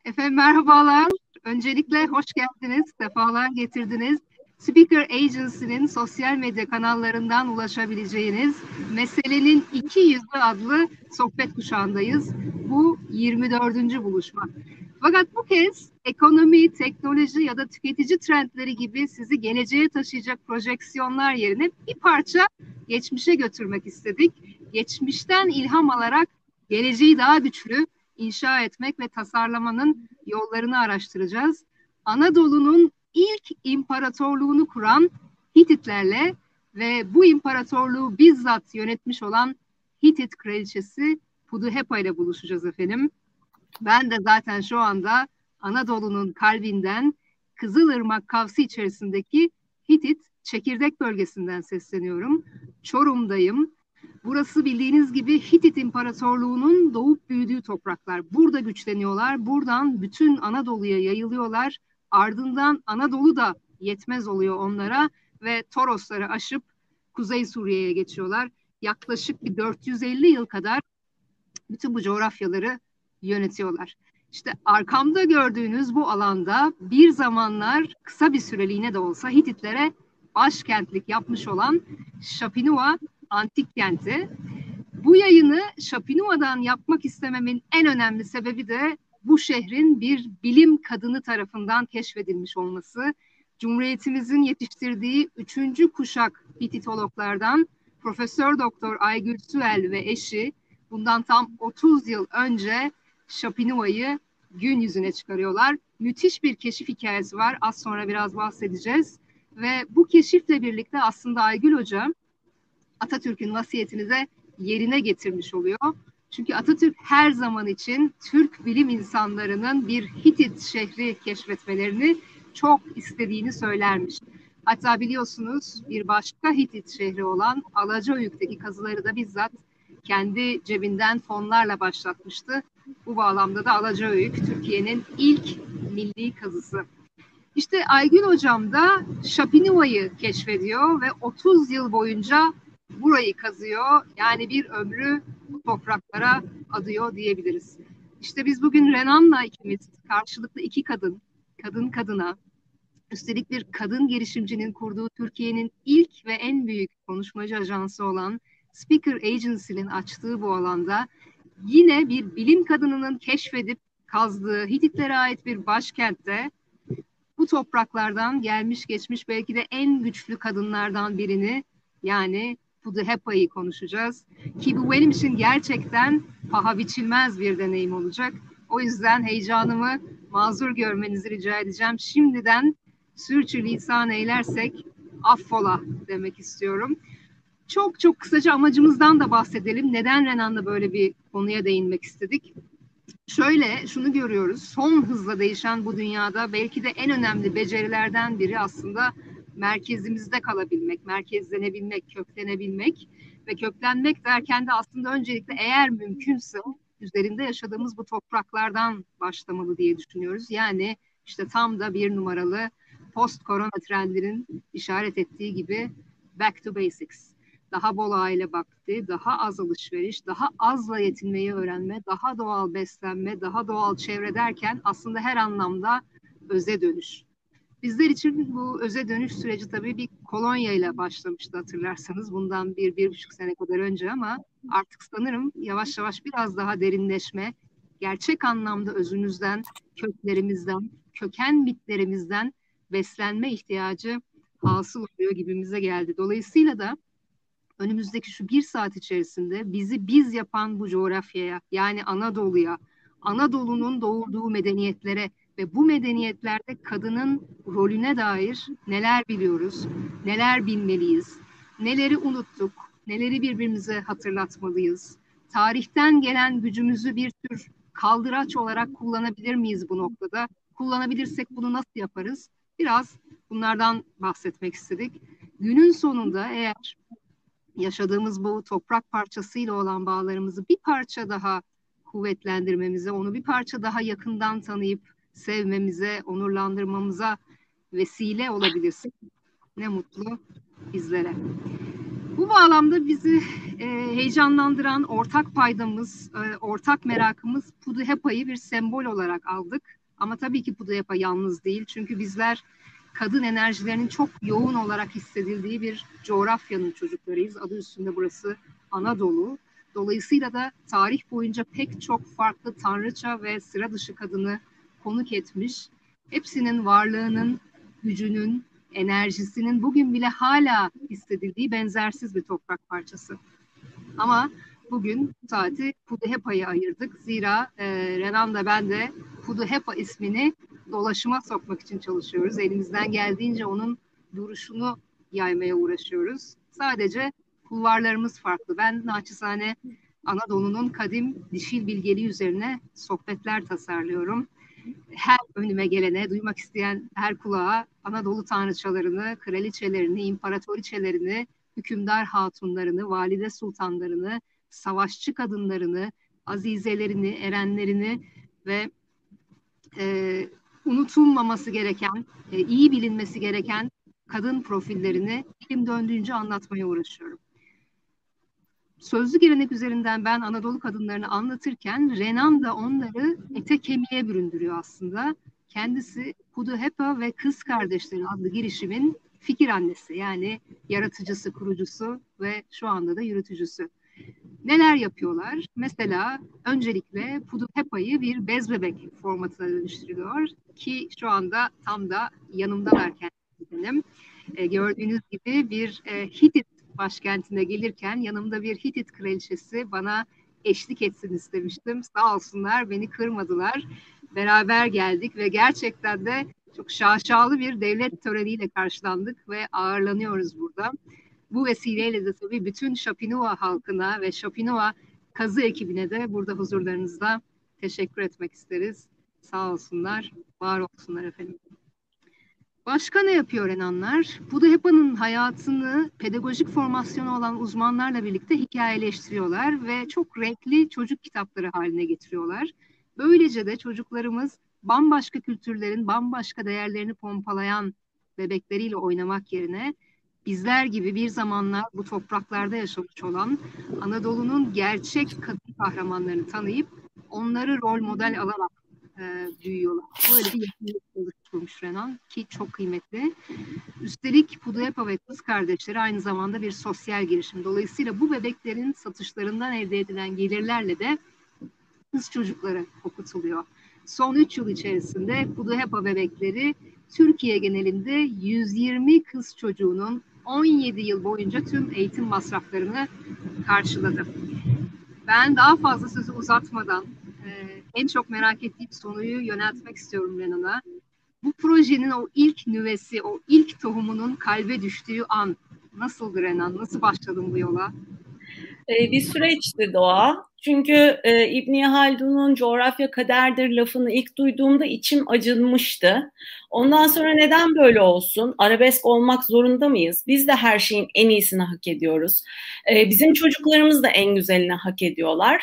Efendim merhabalar. Öncelikle hoş geldiniz, sefalar getirdiniz. Speaker Agency'nin sosyal medya kanallarından ulaşabileceğiniz Meselenin İki Yüzü adlı sohbet kuşağındayız. Bu 24. buluşma. Fakat bu kez ekonomi, teknoloji ya da tüketici trendleri gibi sizi geleceğe taşıyacak projeksiyonlar yerine bir parça geçmişe götürmek istedik. Geçmişten ilham alarak geleceği daha güçlü inşa etmek ve tasarlamanın yollarını araştıracağız. Anadolu'nun ilk imparatorluğunu kuran Hititlerle ve bu imparatorluğu bizzat yönetmiş olan Hitit kraliçesi Puduhepa ile buluşacağız efendim. Ben de zaten şu anda Anadolu'nun kalbinden Kızılırmak Kavsı içerisindeki Hitit Çekirdek bölgesinden sesleniyorum. Çorum'dayım. Burası bildiğiniz gibi Hitit İmparatorluğu'nun doğup büyüdüğü topraklar. Burada güçleniyorlar. Buradan bütün Anadolu'ya yayılıyorlar. Ardından Anadolu da yetmez oluyor onlara ve Torosları aşıp Kuzey Suriye'ye geçiyorlar. Yaklaşık bir 450 yıl kadar bütün bu coğrafyaları yönetiyorlar. İşte arkamda gördüğünüz bu alanda bir zamanlar kısa bir süreliğine de olsa Hititlere başkentlik yapmış olan Şapinua antik kenti. Bu yayını Şapinua'dan yapmak istememin en önemli sebebi de bu şehrin bir bilim kadını tarafından keşfedilmiş olması. Cumhuriyetimizin yetiştirdiği 3. kuşak Hititologlardan Profesör Doktor Aygül Süel ve eşi bundan tam 30 yıl önce Şapinua'yı gün yüzüne çıkarıyorlar. Müthiş bir keşif hikayesi var. Az sonra biraz bahsedeceğiz. Ve bu keşifle birlikte aslında Aygül Hoca Atatürk'ün vasiyetini de yerine getirmiş oluyor. Çünkü Atatürk her zaman için Türk bilim insanlarının bir Hitit şehri keşfetmelerini çok istediğini söylermiş. Hatta biliyorsunuz bir başka Hitit şehri olan Alacaoyuk'taki kazıları da bizzat kendi cebinden fonlarla başlatmıştı. Bu bağlamda da Alacaoyuk Türkiye'nin ilk milli kazısı. İşte Aygün hocam da Şapinua'yı keşfediyor ve 30 yıl boyunca burayı kazıyor. Yani bir ömrü bu topraklara adıyor diyebiliriz. İşte biz bugün Renan'la ikimiz karşılıklı iki kadın, kadın kadına, üstelik bir kadın girişimcinin kurduğu Türkiye'nin ilk ve en büyük konuşmacı ajansı olan Speaker Agency'nin açtığı bu alanda yine bir bilim kadınının keşfedip kazdığı Hititlere ait bir başkentte bu topraklardan gelmiş geçmiş belki de en güçlü kadınlardan birini yani Puduhepa'yı konuşacağız. Ki bu benim için gerçekten paha biçilmez bir deneyim olacak. O yüzden heyecanımı mazur görmenizi rica edeceğim. Şimdiden sürçülisan eylersek affola demek istiyorum. Çok çok kısaca amacımızdan da bahsedelim. Neden Renan'la böyle bir konuya değinmek istedik? Şöyle şunu görüyoruz. Son hızla değişen bu dünyada belki de en önemli becerilerden biri aslında merkezimizde kalabilmek, merkezlenebilmek, köklenebilmek ve köklenmek derken de aslında öncelikle eğer mümkünse üzerinde yaşadığımız bu topraklardan başlamalı diye düşünüyoruz. Yani işte tam da bir numaralı post-korona trendinin işaret ettiği gibi back to basics. Daha bol aile vakti, daha az alışveriş, daha azla yetinmeyi öğrenme, daha doğal beslenme, daha doğal çevre derken aslında her anlamda öze dönüş. Bizler için bu öze dönüş süreci tabii bir kolonya ile başlamıştı hatırlarsanız bundan bir buçuk sene kadar önce ama artık sanırım yavaş yavaş biraz daha derinleşme, gerçek anlamda özümüzden, köklerimizden, köken mitlerimizden beslenme ihtiyacı hasıl oluyor gibimize geldi. Dolayısıyla da önümüzdeki şu bir saat içerisinde bizi biz yapan bu coğrafyaya yani Anadolu'ya, Anadolu'nun doğurduğu medeniyetlere ve bu medeniyetlerde kadının rolüne dair neler biliyoruz, neler bilmeliyiz, neleri unuttuk, neleri birbirimize hatırlatmalıyız, tarihten gelen gücümüzü bir tür kaldıraç olarak kullanabilir miyiz bu noktada? Kullanabilirsek bunu nasıl yaparız? Biraz bunlardan bahsetmek istedik. Günün sonunda eğer yaşadığımız bu toprak parçasıyla olan bağlarımızı bir parça daha kuvvetlendirmemize, onu bir parça daha yakından tanıyıp sevmemize, onurlandırmamıza vesile olabilirsek ne mutlu bizlere. Bu bağlamda bizi heyecanlandıran ortak paydamız, ortak merakımız Puduhepa'yı bir sembol olarak aldık. Ama tabii ki Puduhepa yalnız değil. Çünkü bizler kadın enerjilerinin çok yoğun olarak hissedildiği bir coğrafyanın çocuklarıyız. Adı üstünde burası Anadolu. Dolayısıyla da tarih boyunca pek çok farklı tanrıça ve sıra dışı kadını konuk etmiş. Hepsinin varlığının, gücünün, enerjisinin bugün bile hala hissedildiği benzersiz bir toprak parçası. Ama bugün bu saati Puduhepa'ya ayırdık. Zira Renan da ben de Puduhepa ismini dolaşıma sokmak için çalışıyoruz. Elimizden geldiğince onun duruşunu yaymaya uğraşıyoruz. Sadece kulvarlarımız farklı. Ben naçizane Anadolu'nun kadim dişil bilgeliği üzerine sohbetler tasarlıyorum. Her önüme gelene, duymak isteyen her kulağa Anadolu tanrıçalarını, kraliçelerini, imparatoriçelerini, hükümdar hatunlarını, valide sultanlarını, savaşçı kadınlarını, azizelerini, erenlerini ve unutulmaması gereken, iyi bilinmesi gereken kadın profillerini dilim döndüğünce anlatmaya uğraşıyorum. Sözlü gelenek üzerinden ben Anadolu kadınlarını anlatırken Renan da onları ete kemiğe büründürüyor aslında. Kendisi Puduhepa ve Kız Kardeşleri adlı girişimin fikir annesi, yani yaratıcısı, kurucusu ve şu anda da yürütücüsü. Neler yapıyorlar? Mesela öncelikle Puduhepa'yı bir bez bebek formatına dönüştürüyor ki şu anda tam da yanımdalar kendileri. Gördüğünüz gibi bir Hitit başkentine gelirken yanımda bir Hitit kraliçesi bana eşlik etsin istemiştim. Sağ olsunlar, beni kırmadılar. Beraber geldik ve gerçekten de çok şaşalı bir devlet töreniyle karşılandık ve ağırlanıyoruz burada. Bu vesileyle de tabii bütün Şapinova halkına ve Şapinova kazı ekibine de burada huzurlarınızda teşekkür etmek isteriz. Sağ olsunlar, var olsunlar efendim. Başka ne yapıyor Renanlar? Puduhepa'nın hayatını pedagojik formasyonu olan uzmanlarla birlikte hikayeleştiriyorlar ve çok renkli çocuk kitapları haline getiriyorlar. Böylece de çocuklarımız bambaşka kültürlerin bambaşka değerlerini pompalayan bebekleriyle oynamak yerine bizler gibi bir zamanlar bu topraklarda yaşamış olan Anadolu'nun gerçek kadın kahramanlarını tanıyıp onları rol model alarak büyüyorlar. Böyle bir yakınlık oluşturmuş Renan ki çok kıymetli. Üstelik Puduhepa ve Kız Kardeşleri aynı zamanda bir sosyal girişim. Dolayısıyla bu bebeklerin satışlarından elde edilen gelirlerle de kız çocukları okutuluyor. Son 3 yıl içerisinde Puduhepa bebekleri Türkiye genelinde 120 kız çocuğunun 17 yıl boyunca tüm eğitim masraflarını karşıladı. Ben daha fazla sözü uzatmadan en çok merak ettiğim soruyu yöneltmek istiyorum Renan'a. Bu projenin o ilk nüvesi, o ilk tohumunun kalbe düştüğü an nasıldı Renan? Nasıl başladın bu yola? Bir süreçti Doğa. Çünkü İbn Haldun'un coğrafya kaderdir lafını ilk duyduğumda içim acınmıştı. Ondan sonra neden böyle olsun? Arabesk olmak zorunda mıyız? Biz de her şeyin en iyisini hak ediyoruz. Bizim çocuklarımız da en güzelini hak ediyorlar.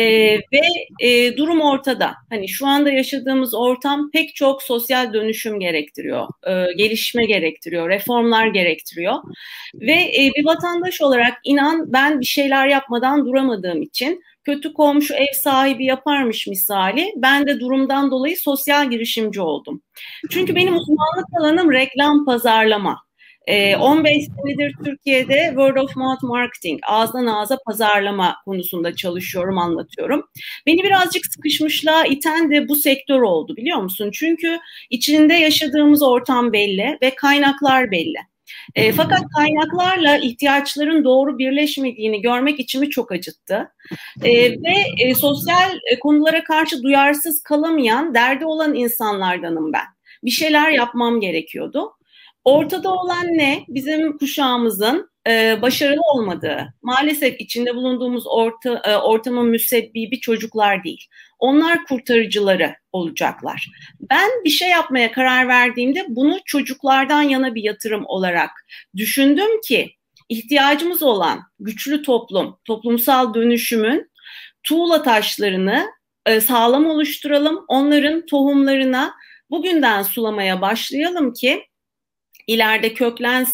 Ve durum ortada. Hani şu anda yaşadığımız ortam pek çok sosyal dönüşüm gerektiriyor. Gelişme gerektiriyor, reformlar gerektiriyor. Ve bir vatandaş olarak inan ben bir şeyler yapmadan duramadığım için kötü komşu ev sahibi yaparmış misali ben de durumdan dolayı sosyal girişimci oldum. Çünkü benim uzmanlık alanım reklam pazarlama. 15 senedir Türkiye'de word of mouth marketing, ağızdan ağza pazarlama konusunda çalışıyorum, anlatıyorum. Beni birazcık sıkışmışlığa iten de bu sektör oldu biliyor musun? Çünkü içinde yaşadığımız ortam belli ve kaynaklar belli. Fakat kaynaklarla ihtiyaçların doğru birleşmediğini görmek içimi çok acıttı. Ve sosyal konulara karşı duyarsız kalamayan, derdi olan insanlardanım ben. Bir şeyler yapmam gerekiyordu. Ortada olan ne? Bizim kuşağımızın başarılı olmadığı, maalesef içinde bulunduğumuz ortamın müsebbibi çocuklar değil. Onlar kurtarıcıları olacaklar. Ben bir şey yapmaya karar verdiğimde bunu çocuklardan yana bir yatırım olarak düşündüm ki ihtiyacımız olan güçlü toplumsal dönüşümün tuğla taşlarını sağlam oluşturalım. Onların tohumlarına bugünden sulamaya başlayalım ki ileride köklensin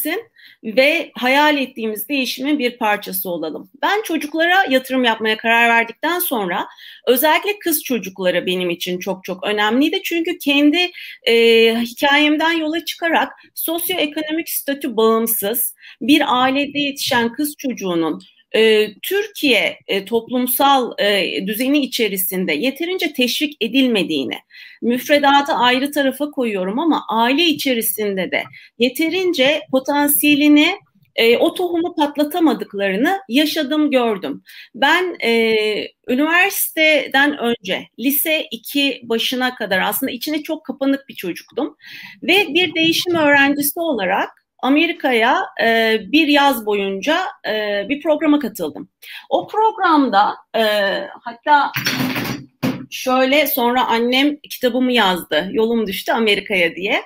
ve hayal ettiğimiz değişimin bir parçası olalım. Ben çocuklara yatırım yapmaya karar verdikten sonra özellikle kız çocukları benim için çok çok önemliydi. Çünkü kendi hikayemden yola çıkarak sosyoekonomik statü bağımsız bir ailede yetişen kız çocuğunun Türkiye toplumsal düzeni içerisinde yeterince teşvik edilmediğini, müfredatı ayrı tarafa koyuyorum ama aile içerisinde de yeterince potansiyelini o tohumu patlatamadıklarını yaşadım, gördüm. Ben üniversiteden önce lise 2 başına kadar aslında içine çok kapanık bir çocuktum ve bir değişim öğrencisi olarak Amerika'ya bir yaz boyunca bir programa katıldım. O programda hatta şöyle sonra annem kitabımı yazdı, Yolum Düştü Amerika'ya diye.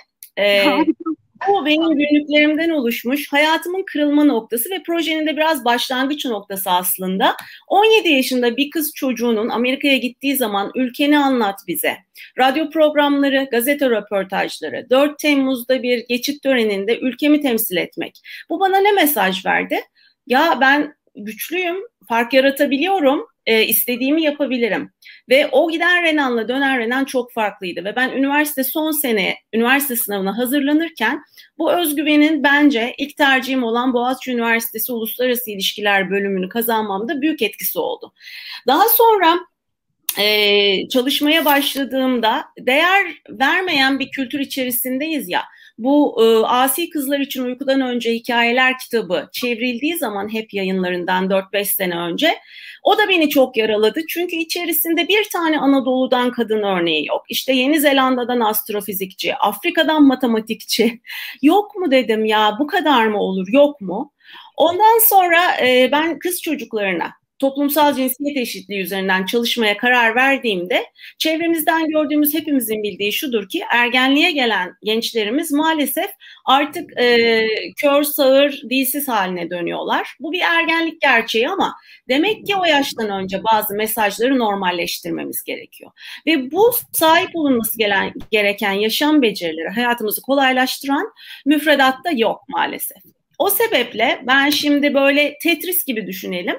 Bu benim günlüklerimden oluşmuş hayatımın kırılma noktası ve projenin de biraz başlangıç noktası aslında. 17 yaşında bir kız çocuğunun Amerika'ya gittiği zaman ülkeni anlat bize. Radyo programları, gazete röportajları, 4 Temmuz'da bir geçit töreninde ülkemi temsil etmek. Bu bana ne mesaj verdi? Ya ben güçlüyüm, fark yaratabiliyorum, istediğimi yapabilirim. Ve o giden Renan'la dönen Renan çok farklıydı. Ve ben son sene üniversite sınavına hazırlanırken bu özgüvenin bence ilk tercihim olan Boğaziçi Üniversitesi Uluslararası İlişkiler bölümünü kazanmamda büyük etkisi oldu. Daha sonra çalışmaya başladığımda değer vermeyen bir kültür içerisindeyiz ya. Bu Asi Kızlar için Uykudan Önce Hikayeler kitabı çevrildiği zaman hep yayınlarından 4-5 sene önce o da beni çok yaraladı. Çünkü içerisinde bir tane Anadolu'dan kadın örneği yok. İşte Yeni Zelanda'dan astrofizikçi, Afrika'dan matematikçi. Yok mu dedim ya, bu kadar mı olur, yok mu? Ondan sonra ben kız çocuklarına toplumsal cinsiyet eşitliği üzerinden çalışmaya karar verdiğimde çevremizden gördüğümüz, hepimizin bildiği şudur ki ergenliğe gelen gençlerimiz maalesef artık kör, sağır, dilsiz haline dönüyorlar. Bu bir ergenlik gerçeği ama demek ki o yaştan önce bazı mesajları normalleştirmemiz gerekiyor. Ve bu sahip olunması gereken yaşam becerileri hayatımızı kolaylaştıran müfredatta yok maalesef. O sebeple ben şimdi böyle Tetris gibi düşünelim.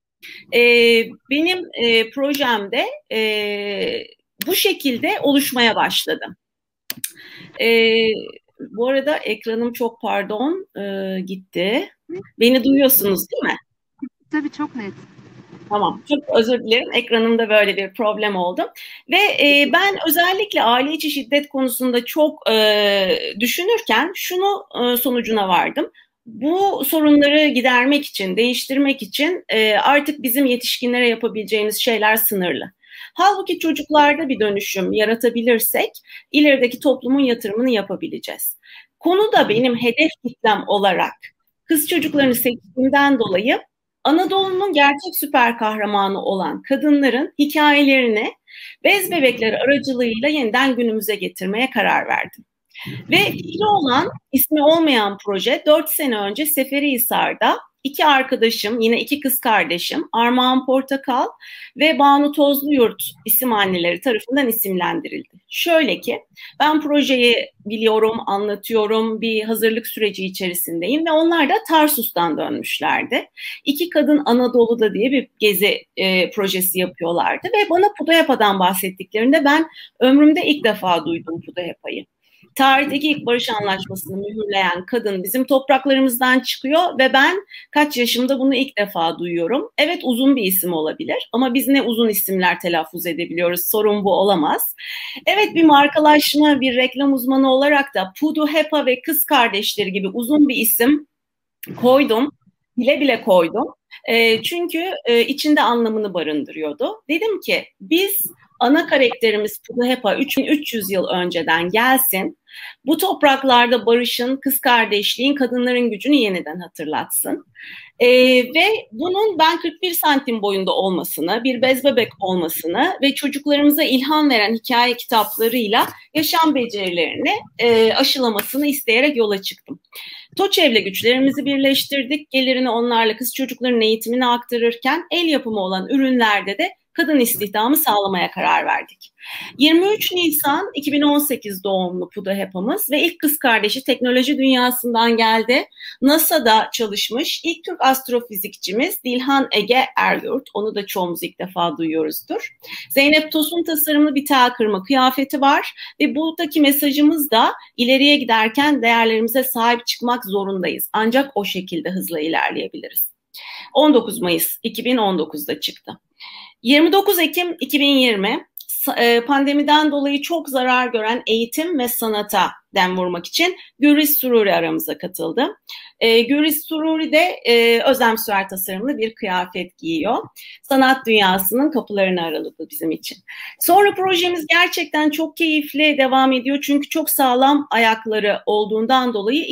Benim projemde bu şekilde oluşmaya başladı. Bu arada ekranım çok pardon gitti. Beni duyuyorsunuz değil mi? Tabii, çok net. Tamam, çok özür dilerim. Ekranımda böyle bir problem oldu. Ve ben özellikle aile içi şiddet konusunda çok düşünürken şunu sonucuna vardım. Bu sorunları gidermek için, değiştirmek için artık bizim yetişkinlere yapabileceğimiz şeyler sınırlı. Halbuki çocuklarda bir dönüşüm yaratabilirsek ilerideki toplumun yatırımını yapabileceğiz. Konu da benim hedef kitlem olarak kız çocuklarını seçtiğimden dolayı Anadolu'nun gerçek süper kahramanı olan kadınların hikayelerini bez bebekleri aracılığıyla yeniden günümüze getirmeye karar verdim. Ve fikri olan, ismi olmayan proje 4 sene önce Seferihisar'da 2 arkadaşım, yine 2 kız kardeşim, Armağan Portakal ve Banu Tozluyurt isim anneleri tarafından isimlendirildi. Şöyle ki, ben projeyi biliyorum, anlatıyorum, bir hazırlık süreci içerisindeyim ve onlar da Tarsus'tan dönmüşlerdi. 2 kadın Anadolu'da diye bir gezi projesi yapıyorlardı ve bana Pudayapa'dan bahsettiklerinde ben ömrümde ilk defa duydum Pudayapa'yı. Tarihteki ilk barış anlaşmasını mühürleyen kadın bizim topraklarımızdan çıkıyor ve ben kaç yaşımda bunu ilk defa duyuyorum. Evet, uzun bir isim olabilir ama biz ne uzun isimler telaffuz edebiliyoruz, sorun bu olamaz. Evet, bir markalaşma, bir reklam uzmanı olarak da Pudu-Hepa ve Kız Kardeşleri gibi uzun bir isim koydum, bile bile koydum. Çünkü içinde anlamını barındırıyordu. Dedim ki biz ana karakterimiz Pudu-Hepa 3300 yıl önceden gelsin. Bu topraklarda barışın, kız kardeşliğin, kadınların gücünü yeniden hatırlatsın. Ve bunun ben 41 santim boyunda olmasını, bir bez bebek olmasını ve çocuklarımıza ilham veren hikaye kitaplarıyla yaşam becerilerini aşılamasını isteyerek yola çıktım. TOÇEV'le güçlerimizi birleştirdik. Gelirini onlarla kız çocukların eğitimine aktarırken el yapımı olan ürünlerde de kadın istihdamı sağlamaya karar verdik. 23 Nisan 2018 doğumlu Pudahepa'mız ve ilk kız kardeşi teknoloji dünyasından geldi. NASA'da çalışmış ilk Türk astrofizikçimiz Dilhan Ege Eryurt. Onu da çoğumuz ilk defa duyuyoruzdur. Zeynep Tosun tasarımlı bir tel kırma kıyafeti var ve buradaki mesajımız da ileriye giderken değerlerimize sahip çıkmak zorundayız. Ancak o şekilde hızla ilerleyebiliriz. 19 Mayıs 2019'da çıktı. 29 Ekim 2020 pandemiden dolayı çok zarar gören eğitim ve sanata dem vurmak için Gürriz Sururi aramıza katıldı. Gürriz Sururi de Özlem Süer tasarımlı bir kıyafet giyiyor. Sanat dünyasının kapılarını araladı bizim için. Sonra projemiz gerçekten çok keyifli devam ediyor. Çünkü çok sağlam ayakları olduğundan dolayı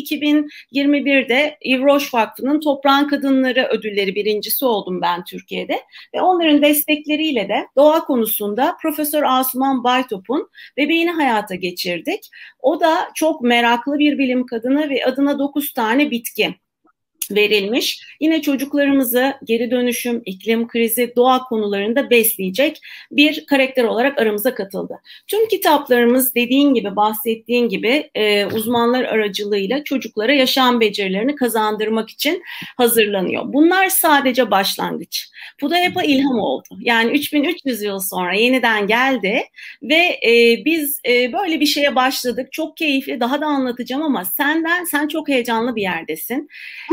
2021'de Yves Roche Vakfı'nın Toprağın Kadınları ödülleri birincisi oldum ben Türkiye'de. Ve onların destekleriyle de doğa konusunda Profesör Asuman Baytop'un bebeğini hayata geçirdik. O da çok meraklı bir bilim kadını ve adına 9 tane bitki verilmiş. Yine çocuklarımızı geri dönüşüm, iklim krizi, doğa konularında besleyecek bir karakter olarak aramıza katıldı. Tüm kitaplarımız dediğin gibi, bahsettiğin gibi uzmanlar aracılığıyla çocuklara yaşam becerilerini kazandırmak için hazırlanıyor. Bunlar sadece başlangıç. Pudahepa ilham oldu. Yani 3300 yıl sonra yeniden geldi ve biz böyle bir şeye başladık. Çok keyifli, daha da anlatacağım ama sen çok heyecanlı bir yerdesin.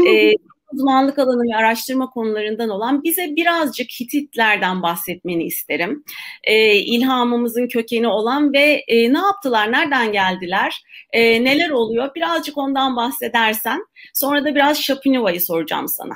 Uzmanlık alanı ve araştırma konularından olan bize birazcık Hititlerden bahsetmeni isterim. İlhamımızın kökeni olan ve ne yaptılar, nereden geldiler, neler oluyor? Birazcık ondan bahsedersen. Sonra da biraz Şapinova'yı soracağım sana.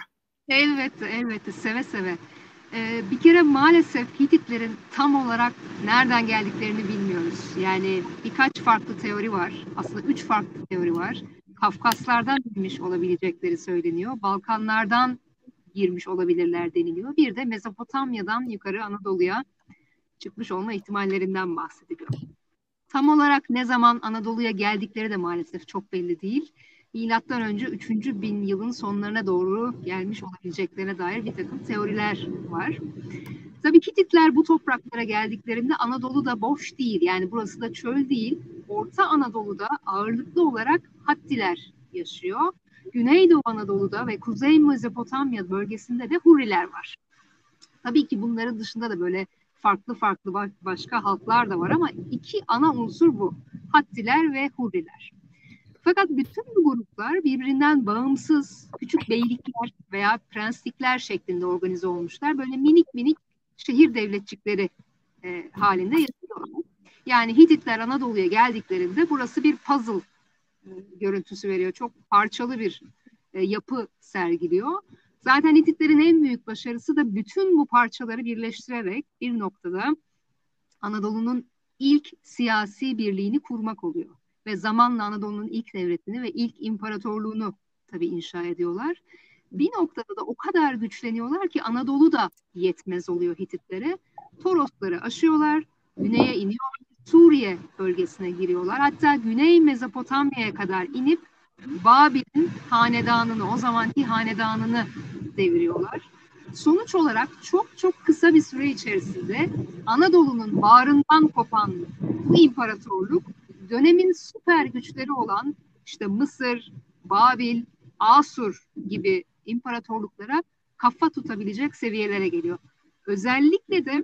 Elbette, seve seve. Bir kere maalesef Hititlerin tam olarak nereden geldiklerini bilmiyoruz. Yani birkaç farklı teori var. Aslında 3 farklı teori var. Kafkaslardan girmiş olabilecekleri söyleniyor. Balkanlardan girmiş olabilirler deniliyor. Bir de Mezopotamya'dan yukarı Anadolu'ya çıkmış olma ihtimallerinden bahsediliyor. Tam olarak ne zaman Anadolu'ya geldikleri de maalesef çok belli değil. Milattan önce 3. bin yılın sonlarına doğru gelmiş olabileceklerine dair bir takım teoriler var. Tabii Hititler bu topraklara geldiklerinde Anadolu da boş değil. Yani burası da çöl değil. Orta Anadolu'da ağırlıklı olarak Hattiler yaşıyor. Güneydoğu Anadolu'da ve Kuzey Mezopotamya bölgesinde de Hurriler var. Tabii ki bunların dışında da böyle farklı başka halklar da var ama 2 ana unsur bu. Hattiler ve Hurriler. Fakat bütün bu gruplar birbirinden bağımsız küçük beylikler veya prenslikler şeklinde organize olmuşlar. Böyle minik şehir devletçikleri halinde yaşıyorlar. Yani Hititler Anadolu'ya geldiklerinde burası bir puzzle görüntüsü veriyor. Çok parçalı bir yapı sergiliyor. Zaten Hititlerin en büyük başarısı da bütün bu parçaları birleştirerek bir noktada Anadolu'nun ilk siyasi birliğini kurmak oluyor. Ve zamanla Anadolu'nun ilk devletini ve ilk imparatorluğunu tabii inşa ediyorlar. Bir noktada da o kadar güçleniyorlar ki Anadolu da yetmez oluyor Hititlere. Torosları aşıyorlar, güneye iniyorlar, Suriye bölgesine giriyorlar. Hatta Güney Mezopotamya'ya kadar inip Babil'in hanedanını, o zamanki hanedanını deviriyorlar. Sonuç olarak çok kısa bir süre içerisinde Anadolu'nun bağrından kopan bu imparatorluk dönemin süper güçleri olan işte Mısır, Babil, Asur gibi imparatorluklara kafa tutabilecek seviyelere geliyor. Özellikle de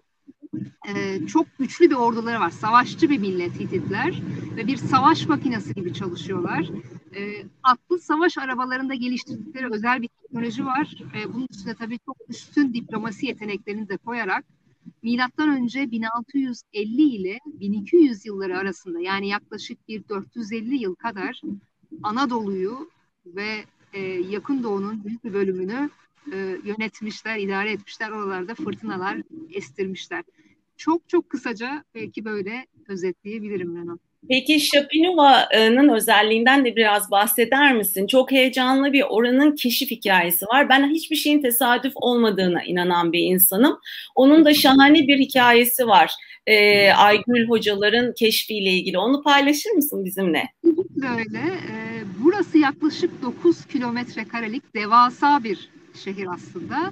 çok güçlü bir orduları var. Savaşçı bir millet Hititler ve bir savaş makinesi gibi çalışıyorlar. Atlı savaş arabalarında geliştirdikleri özel bir teknoloji var. Bunun üstüne tabii çok üstün diplomasi yeteneklerini de koyarak milattan önce 1650 ile 1200 yılları arasında yani yaklaşık bir 450 yıl kadar Anadolu'yu ve Yakın Doğu'nun büyük bir bölümünü yönetmişler, idare etmişler. Oralarda fırtınalar estirmişler. Çok kısaca belki böyle özetleyebilirim ben onu. Peki Şapinova'nın özelliğinden de biraz bahseder misin? Çok heyecanlı bir oranın keşif hikayesi var. Ben hiçbir şeyin tesadüf olmadığına inanan bir insanım. Onun da şahane bir hikayesi var. Aygül hocaların keşfiyle ilgili. Onu paylaşır mısın bizimle? Böyle. Burası yaklaşık 9 kilometre karelik devasa bir şehir aslında.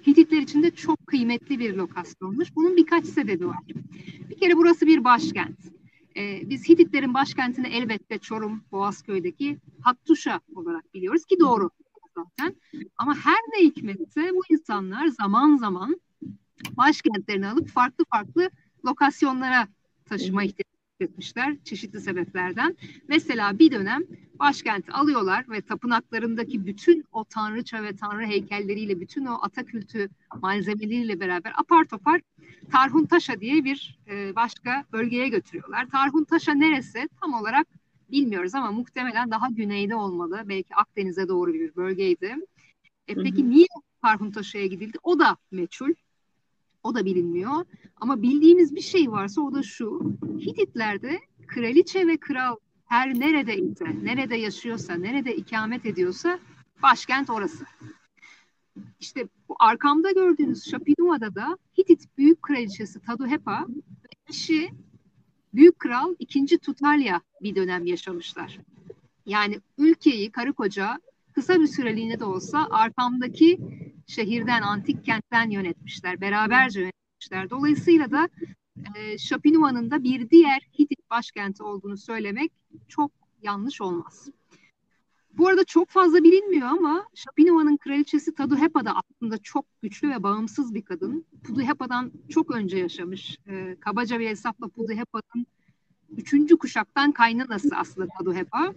Hititler için de çok kıymetli bir lokasyonmuş. Bunun birkaç sebebi var. Bir kere burası bir başkent. Biz Hititlerin başkentini elbette Çorum, Boğazköy'deki Hattuşa olarak biliyoruz ki doğru zaten. Ama her ne hikmetse bu insanlar zaman zaman başkentlerini alıp farklı farklı lokasyonlara taşıma ihtiyacı hissetmişler çeşitli sebeplerden. Mesela bir dönem başkenti alıyorlar ve tapınaklarındaki bütün o tanrıça ve tanrı heykelleriyle, bütün o Atakültü malzemeleriyle beraber apar topar Tarhuntaşa diye bir başka bölgeye götürüyorlar. Tarhuntaşa neresi tam olarak bilmiyoruz ama muhtemelen daha güneyde olmalı. Belki Akdeniz'e doğru bir bölgeydi. Peki niye Tarhuntaşa'ya gidildi? O da meçhul. O da bilinmiyor. Ama bildiğimiz bir şey varsa o da şu. Hititlerde kraliçe ve kral her neredeyse, nerede yaşıyorsa, nerede ikamet ediyorsa başkent orası. İşte bu arkamda gördüğünüz Şapinua'da da Hitit büyük kraliçesi Taduhepa ve eşi büyük kral 2. Tutalya bir dönem yaşamışlar. Yani ülkeyi karı koca kısa bir süreliğine de olsa arkamdaki şehirden, antik kentten yönetmişler. Beraberce yönetmişler. Dolayısıyla da Şapinua'nın da bir diğer Hitit başkenti olduğunu söylemek çok yanlış olmaz. Bu arada çok fazla bilinmiyor ama Şapinua'nın kraliçesi Taduhepa da aslında çok güçlü ve bağımsız bir kadın. Puduhepa'dan çok önce yaşamış. Kabaca bir hesapla Puduhepa'nın 3. kuşaktan kaynanası aslında Taduhepa.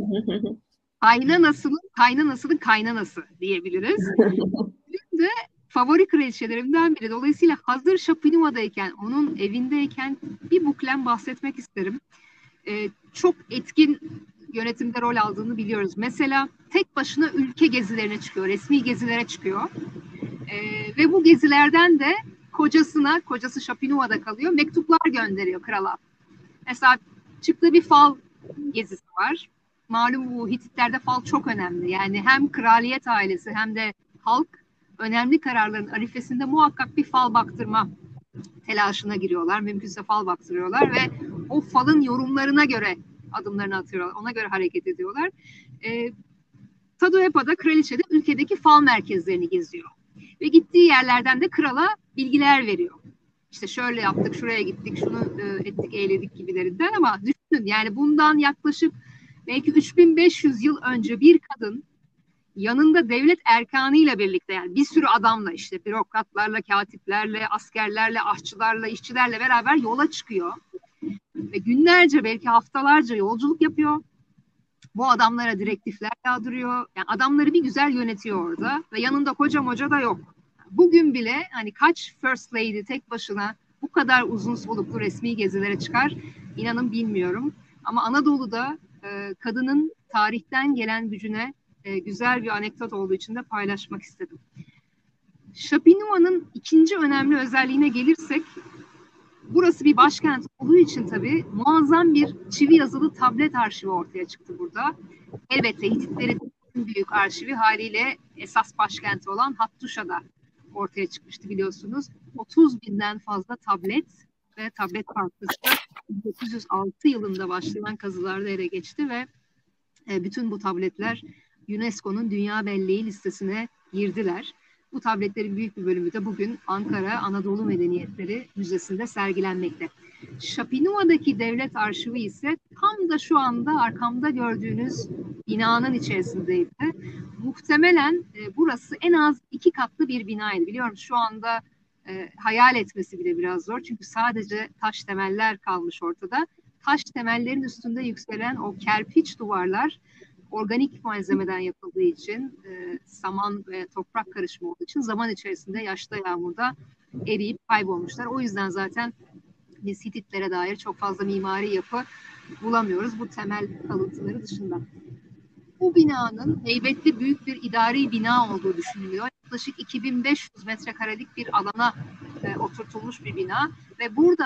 Kaynanasının kaynanası diyebiliriz. Benim de favori kraliçelerimden biri. Dolayısıyla hazır Şapinua'dayken, onun evindeyken bir buklen bahsetmek isterim. Çok etkin yönetimde rol aldığını biliyoruz. Mesela tek başına ülke gezilerine çıkıyor, resmi gezilere çıkıyor. Ve bu gezilerden de kocası Şapinua'da kalıyor, mektuplar gönderiyor krala. Mesela çıktığı bir fal gezisi var. Malum bu Hititlerde fal çok önemli. Yani hem kraliyet ailesi hem de halk önemli kararların arifesinde muhakkak bir fal baktırma telaşına giriyorlar. Mümkünse fal baktırıyorlar ve o falın yorumlarına göre adımlarını atıyorlar. Ona göre hareket ediyorlar. Taduhepa da kraliçe de ülkedeki fal merkezlerini geziyor. Ve gittiği yerlerden de krala bilgiler veriyor. İşte şöyle yaptık, şuraya gittik, şunu ettik, eyledik gibilerinden ama düşünün yani bundan yaklaşık belki 3500 yıl önce bir kadın yanında devlet erkanıyla birlikte yani bir sürü adamla işte bürokratlarla, katiplerle, askerlerle, aşçılarla, işçilerle beraber yola çıkıyor. Ve günlerce belki haftalarca yolculuk yapıyor. Bu adamlara direktifler yağdırıyor. Yani adamları bir güzel yönetiyor orada ve yanında koca moca da yok. Bugün bile hani kaç First Lady tek başına bu kadar uzun soluklu resmi gezilere çıkar inanın bilmiyorum. Ama Anadolu'da kadının tarihten gelen gücüne güzel bir anekdot olduğu için de paylaşmak istedim. Şapinua'nın ikinci önemli özelliğine gelirsek burası bir başkent olduğu için tabii muazzam bir çivi yazılı tablet arşivi ortaya çıktı burada. Elbette Hititlerin en büyük arşivi haliyle esas başkenti olan Hattuşa'da ortaya çıkmıştı biliyorsunuz. 30 binden fazla tablet ve tablet parçası 1906 yılında başlayan kazılarda ele geçti ve bütün bu tabletler UNESCO'nun Dünya Belleği listesine girdiler. Bu tabletlerin büyük bir bölümü de bugün Ankara Anadolu Medeniyetleri Müzesi'nde sergilenmekte. Şapinua'daki devlet arşivi ise tam da şu anda arkamda gördüğünüz binanın içerisindeydi. Muhtemelen burası en az 2 katlı bir binaydı. Biliyorum şu anda hayal etmesi bile biraz zor. Çünkü sadece taş temeller kalmış ortada. Taş temellerin üstünde yükselen o kerpiç duvarlar organik malzemeden yapıldığı için saman ve toprak karışımı olduğu için zaman içerisinde yaşta yağmurda eriyip kaybolmuşlar. O yüzden zaten biz Hititlere dair çok fazla mimari yapı bulamıyoruz bu temel kalıntıları dışında. Bu binanın heybetli büyük bir idari bina olduğu düşünülüyor. Yaklaşık 2500 metrekarelik bir alana oturtulmuş bir bina ve burada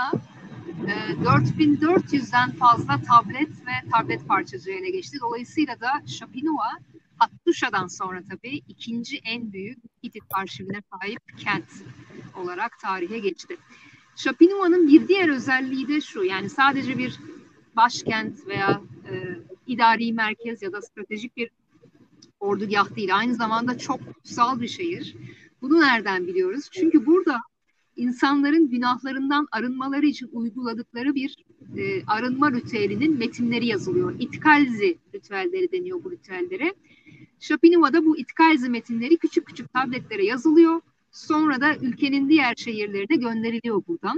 4400'den fazla tablet ve tablet parçacığı ele geçti. Dolayısıyla da Şapinua, Hattuşa'dan sonra tabii ikinci en büyük Hitit arşivine sahip kent olarak tarihe geçti. Şapinua'nın bir diğer özelliği de şu, yani sadece bir başkent veya idari merkez ya da stratejik bir ordugah değil, aynı zamanda çok kutsal bir şehir. Bunu nereden biliyoruz? Çünkü burada insanların günahlarından arınmaları için uyguladıkları bir arınma ritüelinin metinleri yazılıyor. İtkalzi ritüelleri deniyor bu ritüellere. Şapinuva'da bu İtkalzi metinleri küçük küçük tabletlere yazılıyor. Sonra da ülkenin diğer şehirlerine gönderiliyor buradan.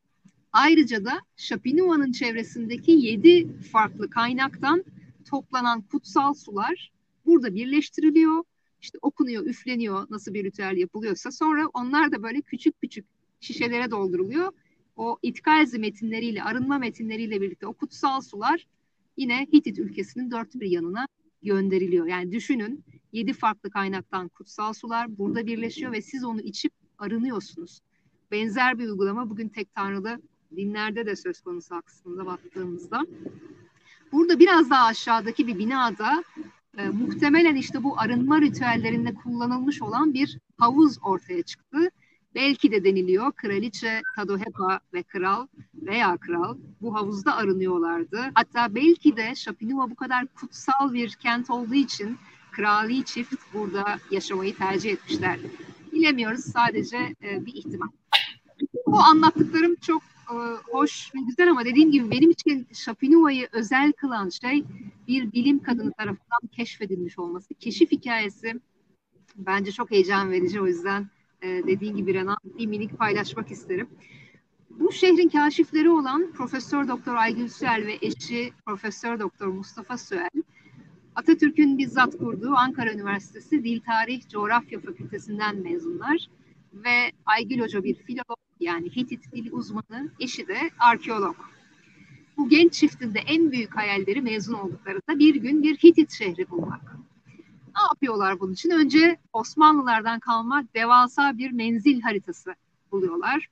Ayrıca da Şapinuva'nın çevresindeki 7 farklı kaynaktan toplanan kutsal sular burada birleştiriliyor. İşte okunuyor, üfleniyor nasıl bir ritüel yapılıyorsa. Sonra onlar da böyle küçük küçük şişelere dolduruluyor. O İtkalzi metinleriyle, arınma metinleriyle birlikte o kutsal sular yine Hitit ülkesinin dört bir yanına gönderiliyor. Yani düşünün 7 farklı kaynaktan kutsal sular burada birleşiyor ve siz onu içip arınıyorsunuz. Benzer bir uygulama bugün tek tanrılı dinlerde de söz konusu aslında baktığımızda. Burada biraz daha aşağıdaki bir binada muhtemelen işte bu arınma ritüellerinde kullanılmış olan bir havuz ortaya çıktı. Belki de deniliyor Kraliçe Tadohepa ve kral veya kral bu havuzda arınıyorlardı. Hatta belki de Şapinuva bu kadar kutsal bir kent olduğu için krali çift burada yaşamayı tercih etmişlerdi. Bilemiyoruz, sadece bir ihtimal. Bu anlattıklarım çok hoş ve güzel ama dediğim gibi benim için Şapinuva'yı özel kılan şey bir bilim kadını tarafından keşfedilmiş olması. Keşif hikayesi bence çok heyecan verici, o yüzden dediğim gibi Renan bir minik paylaşmak isterim. Bu şehrin kaşifleri olan Profesör Doktor Aygül Süel ve eşi Profesör Doktor Mustafa Süel, Atatürk'ün bizzat kurduğu Ankara Üniversitesi Dil Tarih Coğrafya Fakültesinden mezunlar ve Aygül Hoca bir filolog, yani Hitit dili uzmanı, eşi de arkeolog. Bu genç çiftin de en büyük hayalleri mezun olduklarında bir gün bir Hitit şehri bulmak. Ne yapıyorlar bunun için? Önce Osmanlılardan kalma devasa bir menzil haritası buluyorlar.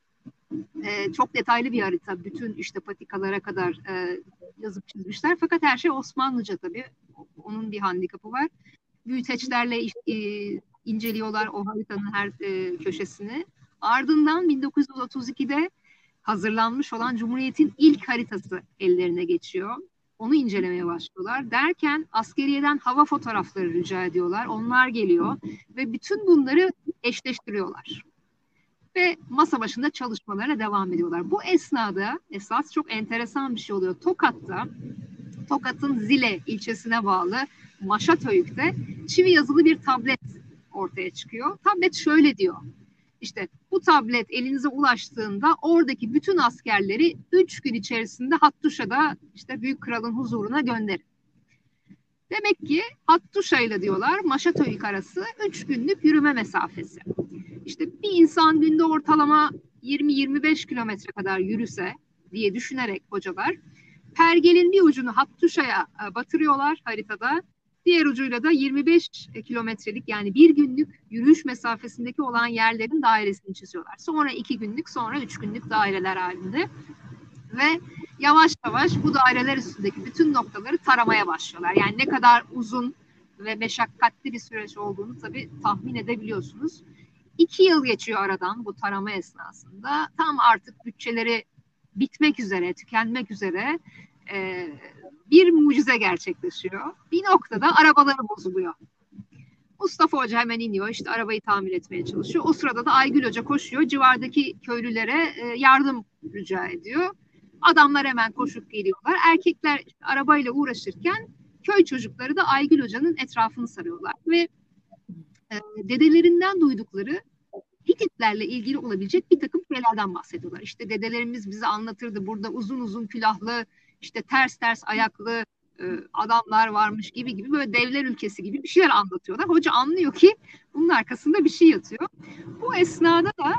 Çok detaylı bir harita. Bütün işte patikalara kadar yazıp çizmişler. Fakat her şey Osmanlıca tabii. Onun bir handikapı var. Büyüteçlerle inceliyorlar o haritanın her köşesini. Ardından 1932'de hazırlanmış olan Cumhuriyet'in ilk haritası ellerine geçiyor. Onu incelemeye başlıyorlar. Derken askeriyeden hava fotoğrafları rica ediyorlar. Onlar geliyor ve bütün bunları eşleştiriyorlar. Ve masa başında çalışmalarına devam ediyorlar. Bu esnada esas çok enteresan bir şey oluyor. Tokat'ın Zile ilçesine bağlı Maşatöyük'te çivi yazılı bir tablet ortaya çıkıyor. Tablet şöyle diyor. İşte bu tablet elinize ulaştığında oradaki bütün askerleri 3 gün içerisinde Hattuşa'da işte Büyük Kral'ın huzuruna gönderin. Demek ki Hattuşa ile diyorlar Maşatöyük arası 3 günlük yürüme mesafesi. İşte bir insan günde ortalama 20-25 kilometre kadar yürüse diye düşünerek hocalar pergelin bir ucunu Hattuşa'ya batırıyorlar haritada. Diğer ucuyla da 25 kilometrelik, yani bir günlük yürüyüş mesafesindeki olan yerlerin dairesini çiziyorlar. Sonra 2 günlük, sonra 3 günlük daireler halinde. Ve yavaş yavaş bu daireler üstündeki bütün noktaları taramaya başlıyorlar. Yani ne kadar uzun ve meşakkatli bir süreç olduğunu tabii tahmin edebiliyorsunuz. 2 yıl geçiyor aradan bu tarama esnasında. Tam artık bütçeleri bitmek üzere, tükenmek üzere bir mucize gerçekleşiyor. Bir noktada arabaları bozuluyor. Mustafa Hoca hemen iniyor, işte arabayı tamir etmeye çalışıyor. O sırada da Aygül Hoca koşuyor, civardaki köylülere yardım rica ediyor. Adamlar hemen koşup geliyorlar. Erkekler arabayla uğraşırken köy çocukları da Aygül Hoca'nın etrafını sarıyorlar ve dedelerinden duydukları Hititlerle ilgili olabilecek bir takım şeylerden bahsediyorlar. İşte dedelerimiz bize anlatırdı, burada uzun uzun külahlı, işte ters ters ayaklı adamlar varmış gibi böyle devler ülkesi gibi bir şeyler anlatıyorlar. Hoca anlıyor ki bunun arkasında bir şey yatıyor. Bu esnada da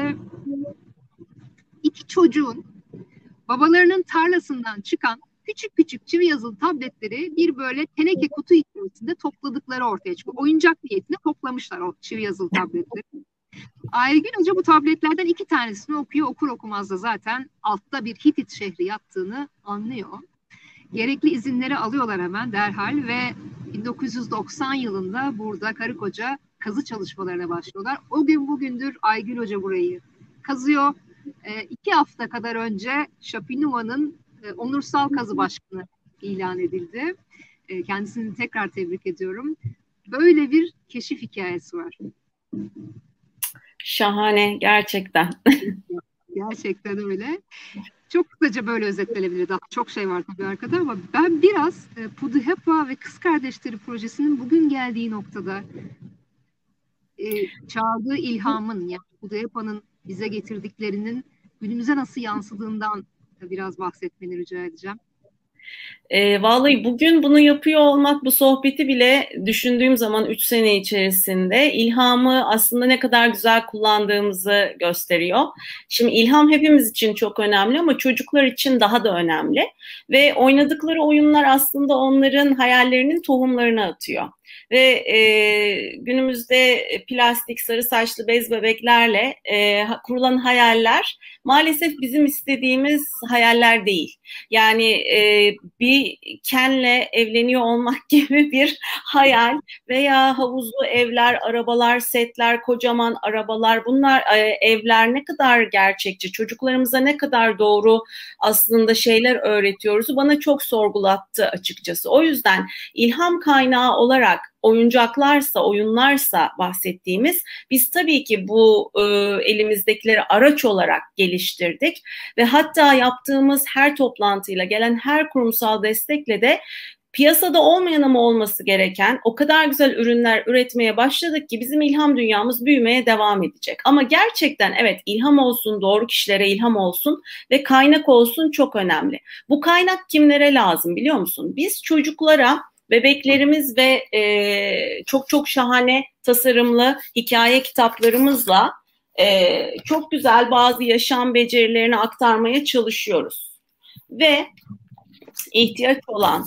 iki çocuğun babalarının tarlasından çıkan küçük küçük çivi yazılı tabletleri bir böyle teneke kutu içerisinde topladıkları ortaya çıkıyor. Oyuncak niyetine toplamışlar o çivi yazılı tabletleri. Aygün Hoca bu tabletlerden 2 tanesini okuyor. Okur okumaz da zaten altta bir Hitit şehri yattığını anlıyor. Gerekli izinleri alıyorlar hemen derhal ve 1990 yılında burada karı koca kazı çalışmalarına başlıyorlar. O gün bugündür Aygül Hoca burayı kazıyor. 2 hafta kadar önce Şapinuva'nın onursal kazı başkanı ilan edildi. Kendisini tekrar tebrik ediyorum. Böyle bir keşif hikayesi var. Şahane gerçekten. Gerçekten öyle. Çok kısaca böyle özetlenebilir. Daha çok şey var tabii arkada ama ben biraz Puduhepa ve Kız Kardeşleri projesinin bugün geldiği noktada çağırdığı ilhamın, yani Pudehepa'nın bize getirdiklerinin günümüze nasıl yansıdığından biraz bahsetmeni rica edeceğim. Vallahi bugün bunu yapıyor olmak, bu sohbeti bile düşündüğüm zaman 3 sene içerisinde ilhamı aslında ne kadar güzel kullandığımızı gösteriyor. Şimdi ilham hepimiz için çok önemli ama çocuklar için daha da önemli. Ve oynadıkları oyunlar aslında onların hayallerinin tohumlarını atıyor. Ve günümüzde plastik, sarı saçlı bez bebeklerle kurulan hayaller maalesef bizim istediğimiz hayaller değil. Yani bir Ken'le evleniyor olmak gibi bir hayal veya havuzlu evler, arabalar, setler, kocaman arabalar, bunlar evler ne kadar gerçekçi, çocuklarımıza ne kadar doğru aslında şeyler öğretiyoruz bana çok sorgulattı açıkçası. O yüzden ilham kaynağı olarak oyuncaklarsa, oyunlarsa bahsettiğimiz, biz tabii ki bu elimizdekileri araç olarak geliştirdik ve hatta yaptığımız her toplantıyla, gelen her kurumsal destekle de piyasada olmayan ama olması gereken o kadar güzel ürünler üretmeye başladık ki bizim ilham dünyamız büyümeye devam edecek. Ama gerçekten evet, ilham olsun, doğru kişilere ilham olsun ve kaynak olsun çok önemli. Bu kaynak kimlere lazım biliyor musun? Biz çocuklara, bebeklerimiz ve çok çok şahane tasarımlı hikaye kitaplarımızla çok güzel bazı yaşam becerilerini aktarmaya çalışıyoruz. Ve ihtiyaç olan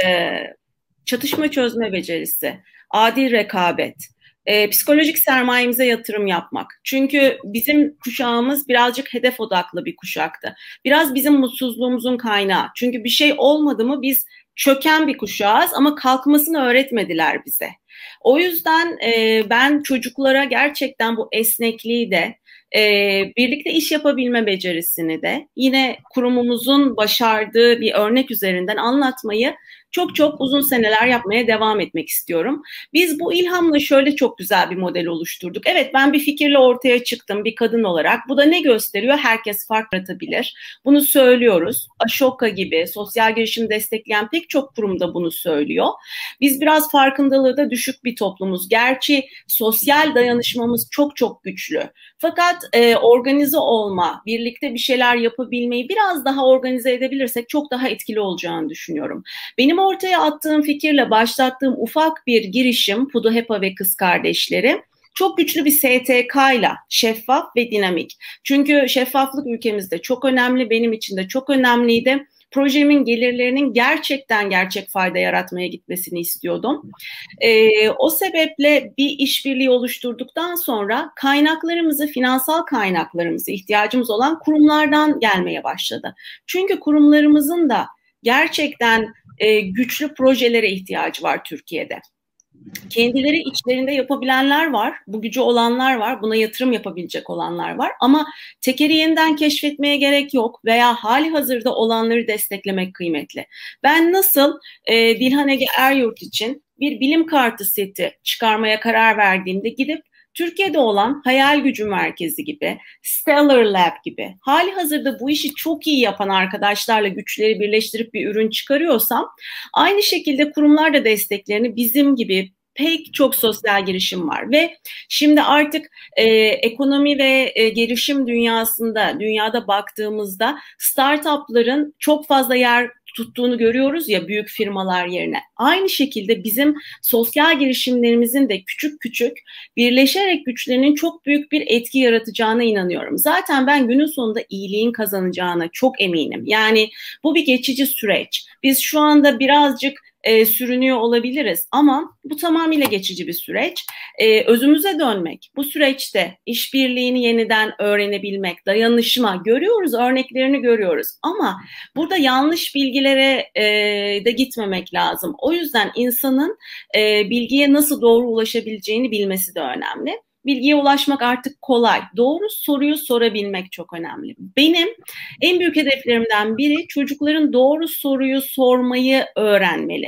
çatışma çözme becerisi, adil rekabet, psikolojik sermayemize yatırım yapmak. Çünkü bizim kuşağımız birazcık hedef odaklı bir kuşaktı. Biraz bizim mutsuzluğumuzun kaynağı. Çünkü bir şey olmadı mı biz çöken bir kuşağız ama kalkmasını öğretmediler bize. O yüzden ben çocuklara gerçekten bu esnekliği de, birlikte iş yapabilme becerisini de yine kurumumuzun başardığı bir örnek üzerinden anlatmayı çok çok uzun seneler yapmaya devam etmek istiyorum. Biz bu ilhamla şöyle çok güzel bir model oluşturduk. Evet, ben bir fikirle ortaya çıktım bir kadın olarak. Bu da ne gösteriyor? Herkes fark yaratabilir. Bunu söylüyoruz. Ashoka gibi sosyal girişim destekleyen pek çok kurumda bunu söylüyor. Biz biraz farkındalığı da düşük bir toplumuz. Gerçi sosyal dayanışmamız çok çok güçlü. Fakat organize olma, birlikte bir şeyler yapabilmeyi biraz daha organize edebilirsek çok daha etkili olacağını düşünüyorum. Benim ortaya attığım fikirle başlattığım ufak bir girişim Puduhepa ve Kız Kardeşleri çok güçlü bir STK ile şeffaf ve dinamik. Çünkü şeffaflık ülkemizde çok önemli, benim için de çok önemliydi. Projemin gelirlerinin gerçekten gerçek fayda yaratmaya gitmesini istiyordum. O sebeple bir işbirliği oluşturduktan sonra kaynaklarımızı, finansal kaynaklarımızı ihtiyacımız olan kurumlardan gelmeye başladı. Çünkü kurumlarımızın da gerçekten güçlü projelere ihtiyacı var Türkiye'de. Kendileri içlerinde yapabilenler var, bu gücü olanlar var, buna yatırım yapabilecek olanlar var ama tekeri yeniden keşfetmeye gerek yok veya hali hazırda olanları desteklemek kıymetli. Ben nasıl Dilhan Ege Eryurt için bir bilim kartı seti çıkarmaya karar verdiğimde gidip Türkiye'de olan Hayal Gücü Merkezi gibi, Stellar Lab gibi hali hazırda bu işi çok iyi yapan arkadaşlarla güçleri birleştirip bir ürün çıkarıyorsam, aynı şekilde kurumlar da desteklerini bizim gibi pek çok sosyal girişim var ve şimdi artık ekonomi ve girişim dünyada baktığımızda startupların çok fazla yer tuttuğunu görüyoruz ya büyük firmalar yerine. Aynı şekilde bizim sosyal girişimlerimizin de küçük küçük birleşerek güçlerinin çok büyük bir etki yaratacağına inanıyorum. Zaten ben günün sonunda iyiliğin kazanacağına çok eminim. Yani bu bir geçici süreç. Biz şu anda birazcık sürünüyor olabiliriz ama bu tamamıyla geçici bir süreç. Özümüze dönmek, bu süreçte işbirliğini yeniden öğrenebilmek, dayanışma görüyoruz, örneklerini görüyoruz ama burada yanlış bilgilere de gitmemek lazım. O yüzden insanın bilgiye nasıl doğru ulaşabileceğini bilmesi de önemli. Bilgiye ulaşmak artık kolay. Doğru soruyu sorabilmek çok önemli. Benim en büyük hedeflerimden biri çocukların doğru soruyu sormayı öğrenmeleri.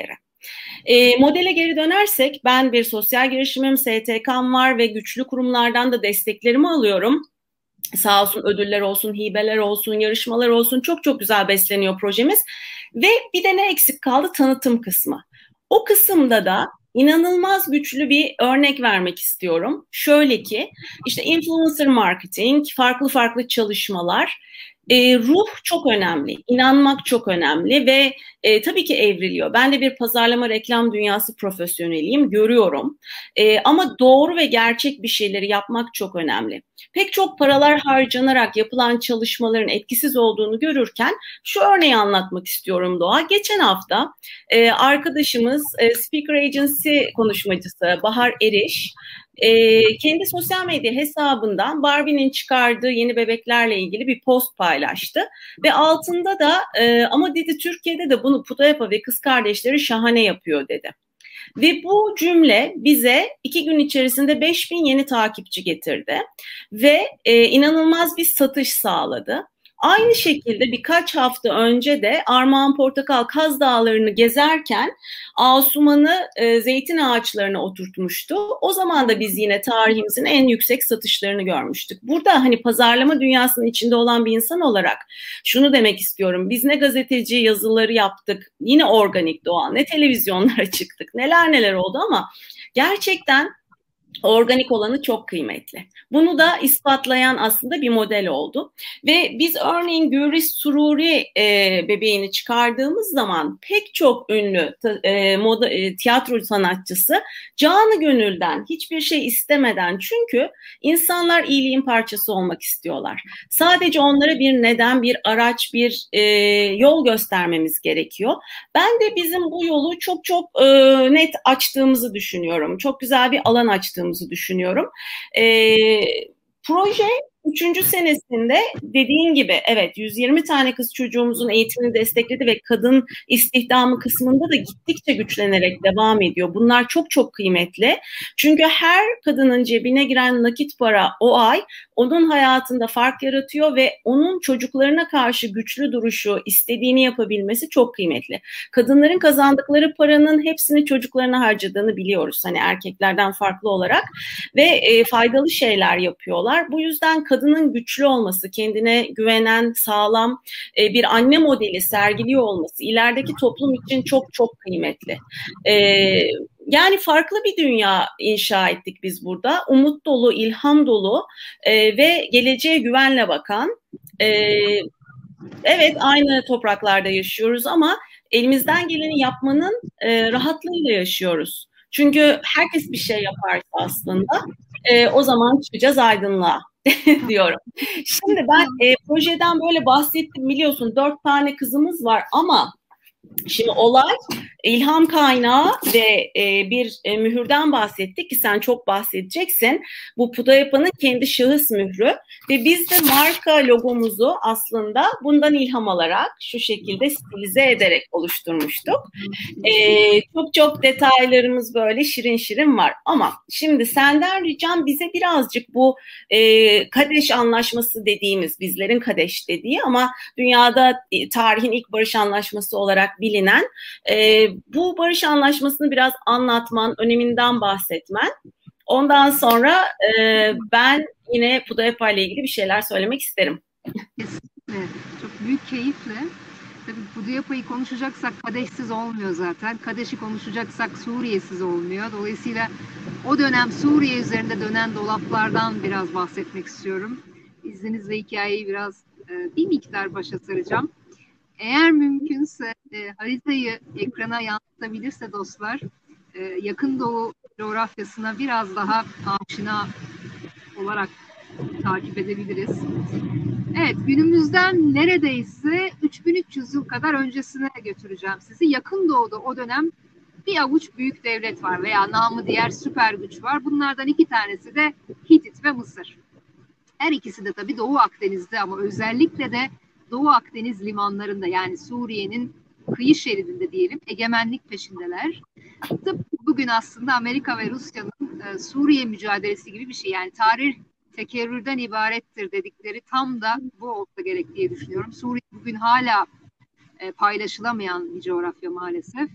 Modele geri dönersek ben bir sosyal girişimim, STK'm var ve güçlü kurumlardan da desteklerimi alıyorum. Sağ olsun ödüller olsun, hibeler olsun, yarışmalar olsun çok çok güzel besleniyor projemiz. Ve bir de ne eksik kaldı? Tanıtım kısmı. O kısımda da inanılmaz güçlü bir örnek vermek istiyorum. Şöyle ki işte influencer marketing, farklı farklı çalışmalar. Ruh çok önemli, inanmak çok önemli ve tabii ki evriliyor. Ben de bir pazarlama reklam dünyası profesyoneliyim, görüyorum. Ama doğru ve gerçek bir şeyleri yapmak çok önemli. Pek çok paralar harcanarak yapılan çalışmaların etkisiz olduğunu görürken şu örneği anlatmak istiyorum Doğa. Geçen hafta arkadaşımız Speaker Agency konuşmacısı Bahar Eriş kendi sosyal medya hesabından Barbie'nin çıkardığı yeni bebeklerle ilgili bir post paylaştı ve altında da ama dedi Türkiye'de de bunu Pudayapa ve kız kardeşleri şahane yapıyor dedi. Ve bu cümle bize 2 gün içerisinde 5.000 yeni takipçi getirdi ve inanılmaz bir satış sağladı. Aynı şekilde birkaç hafta önce de Armağan Portakal Kaz Dağları'nı gezerken Asuman'ı zeytin ağaçlarına oturtmuştu. O zaman da biz yine tarihimizin en yüksek satışlarını görmüştük. Burada hani pazarlama dünyasının içinde olan bir insan olarak şunu demek istiyorum. Biz ne gazeteci yazıları yaptık, yine organik doğal, ne televizyonlara çıktık, neler neler oldu ama gerçekten organik olanı çok kıymetli. Bunu da ispatlayan aslında bir model oldu. Ve biz örneğin Gürriz Sururi bebeğini çıkardığımız zaman pek çok ünlü tiyatro sanatçısı canı gönülden, hiçbir şey istemeden, çünkü insanlar iyiliğin parçası olmak istiyorlar. Sadece onlara bir neden, bir araç, bir yol göstermemiz gerekiyor. Ben de bizim bu yolu çok çok net açtığımızı düşünüyorum. Çok güzel bir alan açtığımızı düşünüyorum. Proje 3. senesinde dediğin gibi evet 120 tane kız çocuğumuzun eğitimini destekledi ve kadın istihdamı kısmında da gittikçe güçlenerek devam ediyor. Bunlar çok çok kıymetli. Çünkü her kadının cebine giren nakit para o ay onun hayatında fark yaratıyor ve onun çocuklarına karşı güçlü duruşu, istediğini yapabilmesi çok kıymetli. Kadınların kazandıkları paranın hepsini çocuklarına harcadığını biliyoruz. Hani erkeklerden farklı olarak ve faydalı şeyler yapıyorlar. Bu yüzden kadının güçlü olması, kendine güvenen, sağlam bir anne modeli sergiliyor olması ilerideki toplum için çok çok kıymetli. Yani farklı bir dünya inşa ettik biz burada. Umut dolu, ilham dolu ve geleceğe güvenle bakan. Evet, aynı topraklarda yaşıyoruz ama elimizden geleni yapmanın rahatlığıyla yaşıyoruz. Çünkü herkes bir şey yaparsa aslında o zaman çıkacağız aydınlığa diyorum. Şimdi ben projeden böyle bahsettim, biliyorsun 4 tane kızımız var ama şimdi olay ilham kaynağı ve bir mühürden bahsettik ki sen çok bahsedeceksin. Bu Pudayapa'nın kendi şahıs mührü ve biz de marka logomuzu aslında bundan ilham alarak şu şekilde stilize ederek oluşturmuştuk. Çok çok detaylarımız böyle şirin şirin var ama şimdi senden ricam bize birazcık bu Kadeş Anlaşması dediğimiz, bizlerin Kadeş dediği ama dünyada tarihin ilk barış anlaşması olarak bilinen bu barış anlaşmasını biraz anlatman, öneminden bahsetmen. Ondan sonra ben yine Pudayapa ile ilgili bir şeyler söylemek isterim. Kesinlikle. Çok büyük keyifle. Tabii Pudayapa'yı konuşacaksak Kadeşsiz olmuyor zaten. Kadeş'i konuşacaksak Suriye'siz olmuyor. Dolayısıyla o dönem Suriye üzerinde dönen dolaplardan biraz bahsetmek istiyorum. İzninizle hikayeyi biraz bir miktar başa saracağım. Eğer mümkünse haritayı ekrana yansıtabilirse dostlar, Yakın Doğu coğrafyasına biraz daha aşina olarak takip edebiliriz. Evet, günümüzden neredeyse 3300 yıl kadar öncesine götüreceğim sizi. Yakın Doğu'da o dönem bir avuç büyük devlet var veya namı diğer süper güç var. Bunlardan 2 tanesi de Hitit ve Mısır. Her ikisi de tabii Doğu Akdeniz'de ama özellikle de Doğu Akdeniz limanlarında, yani Suriye'nin kıyı şeridinde diyelim, egemenlik peşindeler. Tıpkı bugün aslında Amerika ve Rusya'nın Suriye mücadelesi gibi bir şey. Yani tarih tekerrürden ibarettir dedikleri tam da bu olsa gerek diye düşünüyorum. Suriye bugün hala paylaşılamayan bir coğrafya maalesef.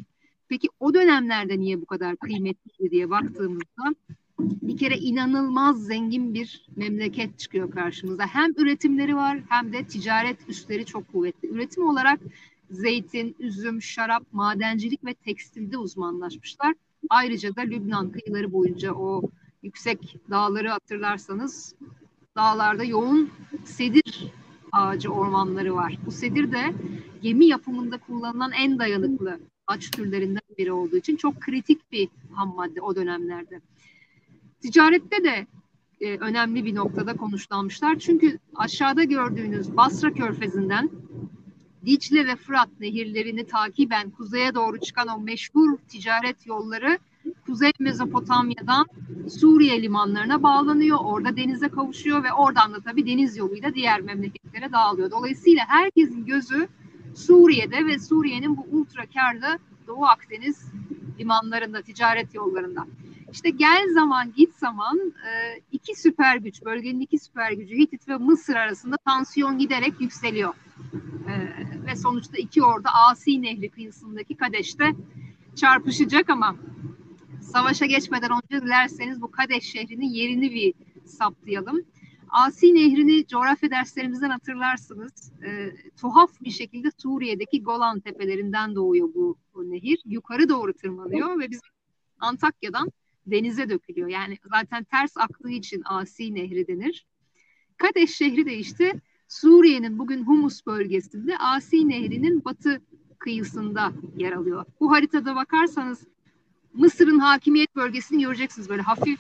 Peki o dönemlerde niye bu kadar kıymetli diye baktığımızda bir kere inanılmaz zengin bir memleket çıkıyor karşımıza. Hem üretimleri var hem de ticaret üsleri çok kuvvetli. Üretim olarak zeytin, üzüm, şarap, madencilik ve tekstilde uzmanlaşmışlar. Ayrıca da Lübnan kıyıları boyunca o yüksek dağları hatırlarsanız dağlarda yoğun sedir ağacı ormanları var. Bu sedir de gemi yapımında kullanılan en dayanıklı ağaç türlerinden biri olduğu için çok kritik bir ham madde o dönemlerde. Ticarette de önemli bir noktada konuşlanmışlar. Çünkü aşağıda gördüğünüz Basra Körfezi'nden Dicle ve Fırat nehirlerini takiben kuzeye doğru çıkan o meşhur ticaret yolları Kuzey Mezopotamya'dan Suriye limanlarına bağlanıyor. Orada denize kavuşuyor ve oradan da tabii deniz yoluyla diğer memleketlere dağılıyor. Dolayısıyla herkesin gözü Suriye'de ve Suriye'nin bu ultra karlı Doğu Akdeniz limanlarında, ticaret yollarında. İşte gel zaman git zaman iki süper güç, bölgenin iki süper gücü Hitit ve Mısır arasında tansiyon giderek yükseliyor. Ve sonuçta iki ordu Asi Nehri kıyısındaki Kadeş'te çarpışacak ama savaşa geçmeden önce dilerseniz bu Kadeş şehrinin yerini bir saptayalım. Asi Nehri'ni coğrafya derslerimizden hatırlarsınız. Tuhaf bir şekilde Suriye'deki Golan tepelerinden doğuyor bu nehir. Yukarı doğru tırmanıyor ve bizim Antakya'dan denize dökülüyor. Yani zaten ters aktığı için Asi Nehri denir. Kadeş şehri de işte Suriye'nin bugün Humus bölgesinde Asi Nehri'nin batı kıyısında yer alıyor. Bu haritada bakarsanız Mısır'ın hakimiyet bölgesini göreceksiniz. Böyle hafif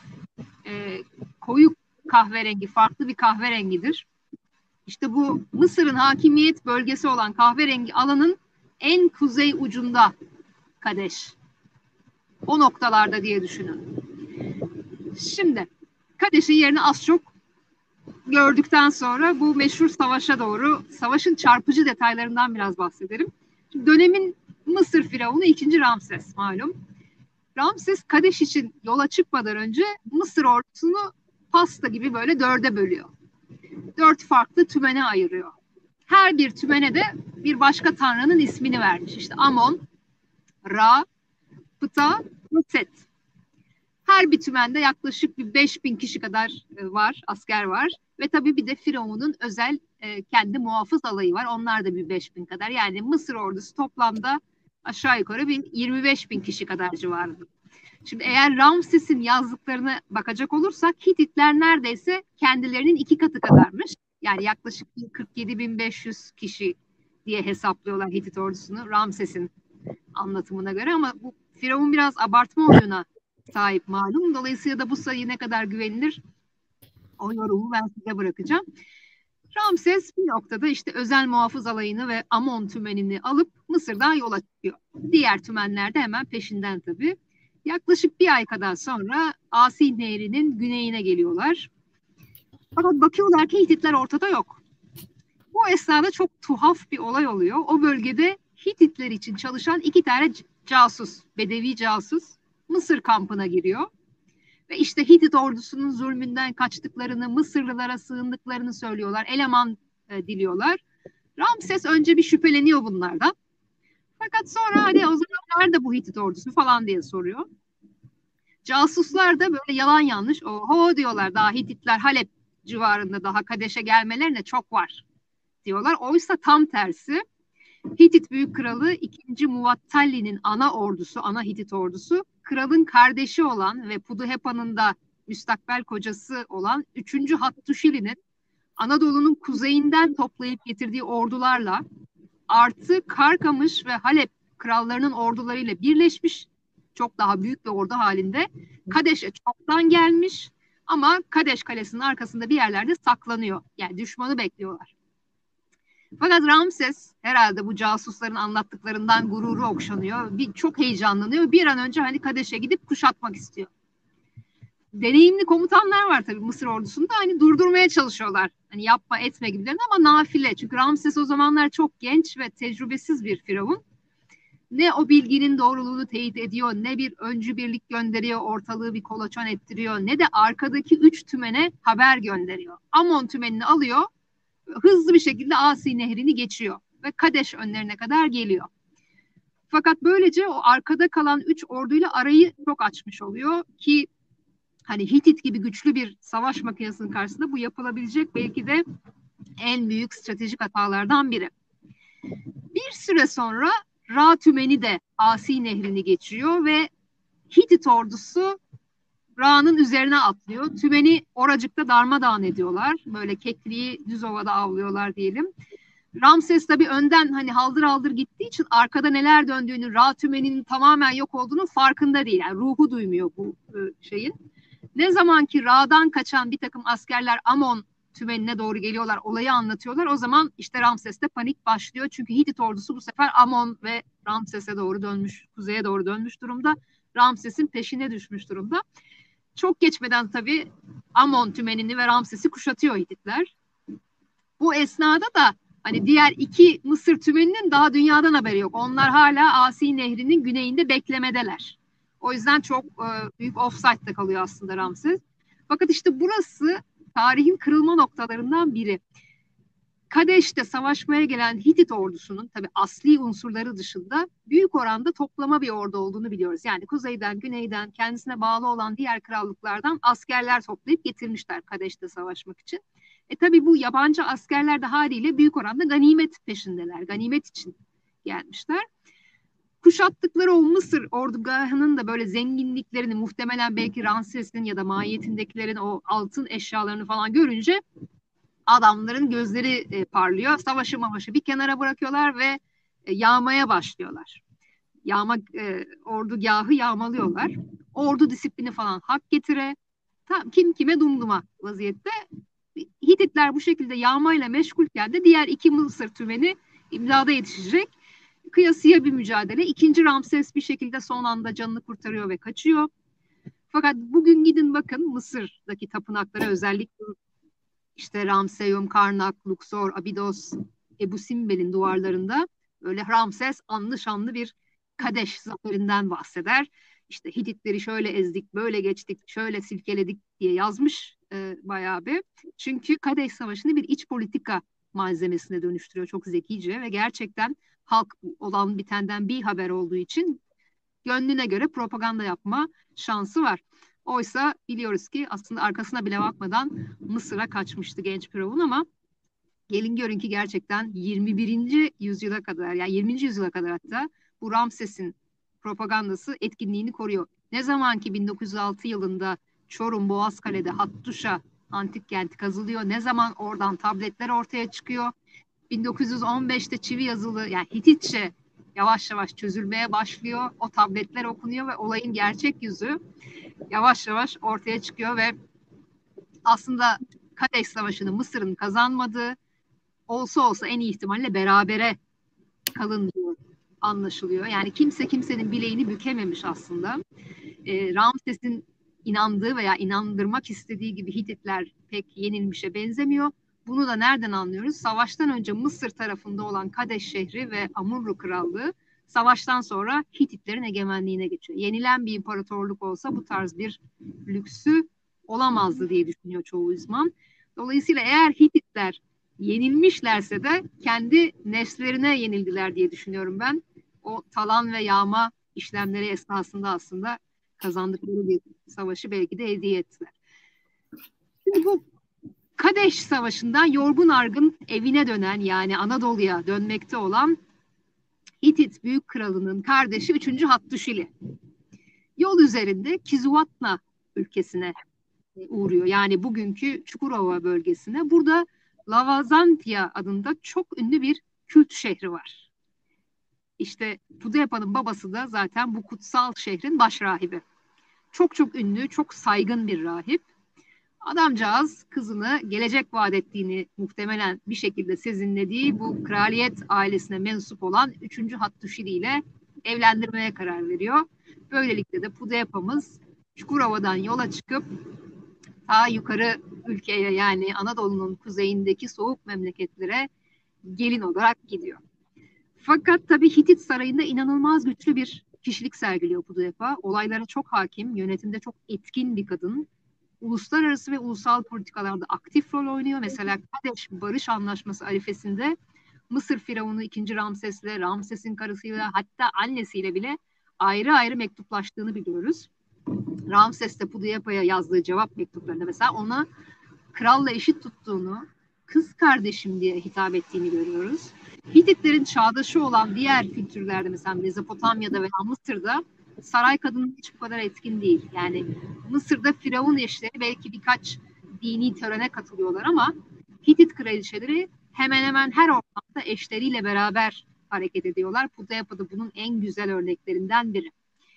koyu kahverengi, farklı bir kahverengidir. İşte bu Mısır'ın hakimiyet bölgesi olan kahverengi alanın en kuzey ucunda Kadeş. O noktalarda diye düşünün. Şimdi Kadeş'in yerini az çok gördükten sonra bu meşhur savaşa doğru, savaşın çarpıcı detaylarından biraz bahsedelim. Şimdi dönemin Mısır firavunu 2. Ramses malum. Ramses Kadeş için yola çıkmadan önce Mısır ordusunu pasta gibi böyle 4'e bölüyor. 4 farklı tümene ayırıyor. Her bir tümene de bir başka tanrının ismini vermiş. İşte Amon, Ra, Ptah ve Set. Her bir tümende yaklaşık bir 5000 kişi kadar var, asker var. Ve tabii bir de Firavun'un özel kendi muhafız alayı var. Onlar da bir 5000 kadar. Yani Mısır ordusu toplamda aşağı yukarı bir 25.000 kişi kadar civarında. Şimdi eğer Ramses'in yazdıklarına bakacak olursak Hititler neredeyse kendilerinin 2 katı kadarmış. Yani yaklaşık 47.500 kişi diye hesaplıyorlar Hitit ordusunu Ramses'in anlatımına göre ama bu Firavun biraz abartma oyuna sahip malum. Dolayısıyla da bu sayı ne kadar güvenilir o yorumu ben size bırakacağım. Ramses bir noktada işte özel muhafız alayını ve Amon tümenini alıp Mısır'dan yola çıkıyor. Diğer tümenler de hemen peşinden tabii. Yaklaşık bir ay kadar sonra Asi Nehri'nin güneyine geliyorlar. Fakat bakıyorlar ki Hititler ortada yok. Bu esnada çok tuhaf bir olay oluyor. O bölgede Hititler için çalışan 2 tane casus, bedevi casus Mısır kampına giriyor. Ve işte Hitit ordusunun zulmünden kaçtıklarını, Mısırlılara sığındıklarını söylüyorlar. Eleman diliyorlar. Ramses önce bir şüpheleniyor bunlardan. Fakat sonra hadi o zaman nerede bu Hitit ordusu falan diye soruyor. Casuslar da böyle yalan yanlış oho diyorlar. Daha Hititler Halep civarında daha Kadeş'e gelmelerine çok var diyorlar. Oysa tam tersi. Hitit Büyük Kralı 2. Muvattalli'nin ana ordusu, ana Hitit ordusu, kralın kardeşi olan ve Puduhepa'nın da müstakbel kocası olan 3. Hattuşili'nin Anadolu'nun kuzeyinden toplayıp getirdiği ordularla artı Karkamış ve Halep krallarının ordularıyla birleşmiş, çok daha büyük bir ordu halinde Kadeş'e çoktan gelmiş ama Kadeş Kalesi'nin arkasında bir yerlerde saklanıyor. Yani düşmanı bekliyorlar. Fakat Ramses herhalde bu casusların anlattıklarından gururu okşanıyor. Çok heyecanlanıyor. Bir an önce hani Kadeş'e gidip kuşatmak istiyor. Deneyimli komutanlar var tabii Mısır ordusunda. Hani durdurmaya çalışıyorlar. Hani yapma etme gibilerini ama nafile. Çünkü Ramses o zamanlar çok genç ve tecrübesiz bir firavun. Ne o bilginin doğruluğunu teyit ediyor, ne bir öncü birlik gönderiyor, ortalığı bir kolaçan ettiriyor, ne de arkadaki 3 tümene haber gönderiyor. Amon tümenini alıyor, hızlı bir şekilde Asi Nehri'ni geçiyor ve Kadeş önlerine kadar geliyor. Fakat böylece o arkada kalan 3 orduyla arayı çok açmış oluyor ki hani Hitit gibi güçlü bir savaş makinesinin karşısında bu yapılabilecek belki de en büyük stratejik hatalardan biri. Bir süre sonra Ra Tümeni de Asi Nehri'ni geçiyor ve Hitit ordusu Ra'nın üzerine atlıyor. Tümeni oracıkta darmadağın ediyorlar. Böyle kekliği düz ovada avlıyorlar diyelim. Ramses tabii önden hani haldır haldır gittiği için arkada neler döndüğünü, Ra Tümeni'nin tamamen yok olduğunu farkında değil. Yani ruhu duymuyor bu şeyin. Ne zaman ki Ra'dan kaçan bir takım askerler Amon Tümeni'ne doğru geliyorlar, olayı anlatıyorlar. O zaman işte Ramses'te panik başlıyor. Çünkü Hitit ordusu bu sefer Amon ve Ramses'e doğru dönmüş, kuzeye doğru dönmüş durumda. Ramses'in peşine düşmüş durumda. Çok geçmeden tabii Amon Tümeni'ni ve Ramses'i kuşatıyor Hititler. Bu esnada da hani diğer iki Mısır tümeninin daha dünyadan haberi yok. Onlar hala Asi Nehri'nin güneyinde beklemedeler. O yüzden çok büyük offside'da kalıyor aslında Ramses. Fakat işte burası tarihin kırılma noktalarından biri. Kadeş'te savaşmaya gelen Hitit ordusunun tabii asli unsurları dışında büyük oranda toplama bir ordu olduğunu biliyoruz. Yani kuzeyden, güneyden, kendisine bağlı olan diğer krallıklardan askerler toplayıp getirmişler Kadeş'te savaşmak için. Tabii bu yabancı askerler de haliyle büyük oranda ganimet peşindeler. Ganimet için gelmişler. Kuşattıkları o Mısır ordugahının da böyle zenginliklerini muhtemelen belki Ramses'in ya da mahiyetindekilerin o altın eşyalarını falan görünce adamların gözleri parlıyor. Savaşı mavaşı bir kenara bırakıyorlar ve yağmaya başlıyorlar. Ordugahı yağmalıyorlar. Ordu disiplini falan hak getire. Kim kime dumduma vaziyette. Hititler bu şekilde yağmayla meşgulken de diğer iki Mısır tümeni imdada yetişecek. Kıyasıya bir mücadele. İkinci Ramses bir şekilde son anda canını kurtarıyor ve kaçıyor. Fakat bugün gidin bakın Mısır'daki tapınaklara, özellikle işte Ramseyum, Karnak, Luxor, Abydos, Ebu Simbel'in duvarlarında öyle Ramses anlı şanlı bir Kadeş zaferinden bahseder. İşte Hititleri şöyle ezdik, böyle geçtik, şöyle silkeledik diye yazmış bayağı bir. Çünkü Kadeş Savaşı'nı bir iç politika malzemesine dönüştürüyor çok zekice ve gerçekten halk olan bitenden bir haber olduğu için gönlüne göre propaganda yapma şansı var. Oysa biliyoruz ki aslında arkasına bile bakmadan Mısır'a kaçmıştı genç Firavun ama gelin görün ki gerçekten 21. yüzyıla kadar yani 20. yüzyıla kadar hatta bu Ramses'in propagandası etkinliğini koruyor. Ne zaman ki 1906 yılında Çorum Boğazkale'de Hattuşa antik kenti kazılıyor. Ne zaman oradan tabletler ortaya çıkıyor. 1915'te çivi yazılı yani Hititçe yavaş yavaş çözülmeye başlıyor. O tabletler okunuyor ve olayın gerçek yüzü yavaş yavaş ortaya çıkıyor ve aslında Kadeş Savaşı'nı Mısır'ın kazanmadığı, olsa en iyi ihtimalle berabere kalındığı anlaşılıyor. Yani kimse kimsenin bileğini bükememiş aslında. Ramses'in inandığı veya inandırmak istediği gibi Hititler pek yenilmişe benzemiyor. Bunu da nereden anlıyoruz? Savaştan önce Mısır tarafında olan Kadeş şehri ve Amurru Krallığı savaştan sonra Hititlerin egemenliğine geçiyor. Yenilen bir imparatorluk olsa bu tarz bir lüksü olamazdı diye düşünüyor çoğu uzman. Dolayısıyla eğer Hititler yenilmişlerse de kendi nefslerine yenildiler diye düşünüyorum ben. O talan ve yağma işlemleri esnasında aslında kazandıkları bir savaşı belki de hediye ettiler. Şimdi bu Kadeş Savaşı'ndan yorgun argın evine dönen yani Anadolu'ya dönmekte olan Hitit Büyük Kralı'nın kardeşi 3. Hattuşili. Yol üzerinde Kizuvatna ülkesine uğruyor. Yani bugünkü Çukurova bölgesine. Burada Lavazantia adında çok ünlü bir kült şehri var. İşte Pudehepa'nın babası da zaten bu kutsal şehrin baş rahibi. Çok ünlü, çok saygın bir rahip. Adamcağız kızını gelecek vaat ettiğini muhtemelen bir şekilde sezinlediği bu kraliyet ailesine mensup olan 3. Hattuşili ile evlendirmeye karar veriyor. Böylelikle de Pudehepa'mız Çukurova'dan yola çıkıp ta yukarı ülkeye yani Anadolu'nun kuzeyindeki soğuk memleketlere gelin olarak gidiyor. Fakat tabii Hitit Sarayı'nda inanılmaz güçlü bir kişilik sergiliyor Pudehepa. Olaylara çok hakim, yönetimde çok etkin bir kadın. Uluslararası ve ulusal politikalarda aktif rol oynuyor. Mesela Kadeş Barış Anlaşması arifesinde Mısır Firavunu II. Ramses'le, Ramses'in karısıyla, hatta annesiyle bile ayrı ayrı mektuplaştığını biliyoruz. Ramses de Pudiepa'ya yazdığı cevap mektuplarında mesela ona kralla eşit tuttuğunu, kız kardeşim diye hitap ettiğini görüyoruz. Hititlerin çağdaşı olan diğer kültürlerde, mesela Mezopotamya'da veya Mısır'da saray kadını hiç bu kadar etkin değil. Yani Mısır'da Firavun eşleri belki birkaç dini törene katılıyorlar ama Hitit kraliçeleri hemen hemen her ortamda eşleriyle beraber hareket ediyorlar. Pudiapa da bunun en güzel örneklerinden biri.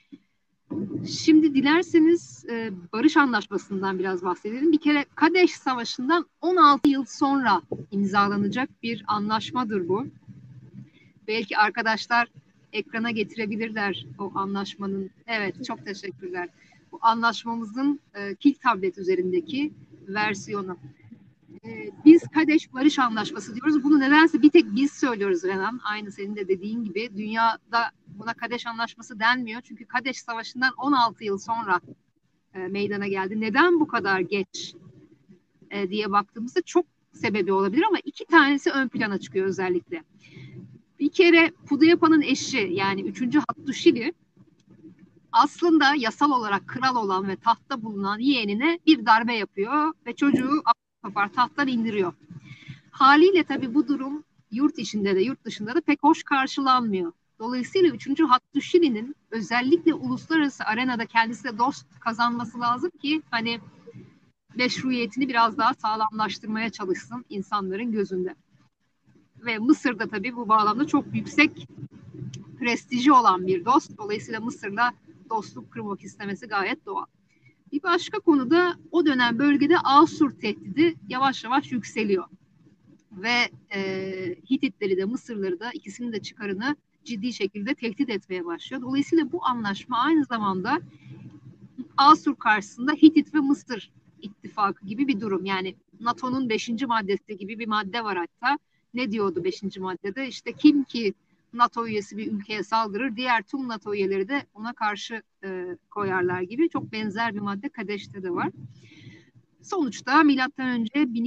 Şimdi dilerseniz barış anlaşmasından biraz bahsedelim. Bir kere Kadeş Savaşı'ndan 16 yıl sonra imzalanacak bir anlaşmadır bu. Belki arkadaşlar ekrana getirebilirler o anlaşmanın. Evet, çok teşekkürler. Bu anlaşmamızın kil tablet üzerindeki versiyonu. Biz Kadeş Barış Anlaşması diyoruz. Bunu nedense bir tek biz söylüyoruz Renan. Aynı senin de dediğin gibi. Dünyada buna Kadeş Anlaşması denmiyor. Çünkü Kadeş Savaşı'ndan 16 yıl sonra meydana geldi. Neden bu kadar geç diye baktığımızda çok sebebi olabilir ama iki tanesi ön plana çıkıyor özellikle. Bir kere Pudiepa'nın eşi, yani 3. Hattuşili aslında yasal olarak kral olan ve tahtta bulunan yeğenine bir darbe yapıyor ve çocuğu tahttan indiriyor. Haliyle tabii bu durum yurt içinde de yurt dışında da pek hoş karşılanmıyor. Dolayısıyla 3. Hattuşili'nin özellikle uluslararası arenada kendisine dost kazanması lazım ki hani meşruiyetini biraz daha sağlamlaştırmaya çalışsın insanların gözünde. Ve Mısır'da tabii bu bağlamda çok yüksek prestiji olan bir dost. Dolayısıyla Mısır'la dostluk kurmak istemesi gayet doğal. Bir başka konuda o dönem bölgede Asur tehdidi yavaş yavaş yükseliyor. Ve Hititleri de Mısırları da ikisinin de çıkarını ciddi şekilde tehdit etmeye başlıyor. Dolayısıyla bu anlaşma aynı zamanda Asur karşısında Hitit ve Mısır ittifakı gibi bir durum. Yani NATO'nun 5. maddesi gibi bir madde var hatta. Ne diyordu 5. maddede? İşte kim ki NATO üyesi bir ülkeye saldırır, diğer tüm NATO üyeleri de ona karşı koyarlar gibi çok benzer bir madde Kadeş'te de var. Sonuçta M.Ö.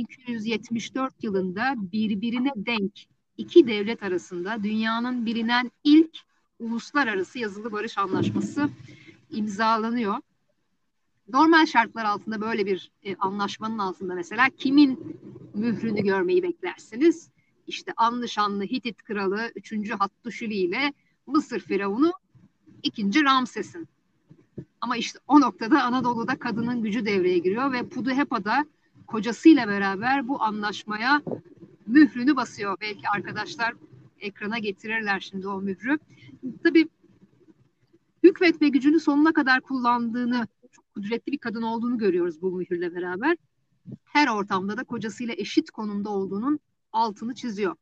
1274 yılında birbirine denk iki devlet arasında dünyanın bilinen ilk uluslararası yazılı barış anlaşması imzalanıyor. Normal şartlar altında böyle bir anlaşmanın altında mesela kimin mührünü görmeyi beklersiniz? İşte anlı şanlı Hitit kralı 3. Hattuşili ile Mısır firavunu 2. Ramses'in. Ama işte o noktada Anadolu'da kadının gücü devreye giriyor ve Pudihepa da kocasıyla beraber bu anlaşmaya mührünü basıyor. Belki arkadaşlar ekrana getirirler şimdi o mührü. Tabii hükmetme gücünü sonuna kadar kullandığını, çok kudretli bir kadın olduğunu görüyoruz bu mühürle beraber. Her ortamda da kocasıyla eşit konumda olduğunun altını çiziyor.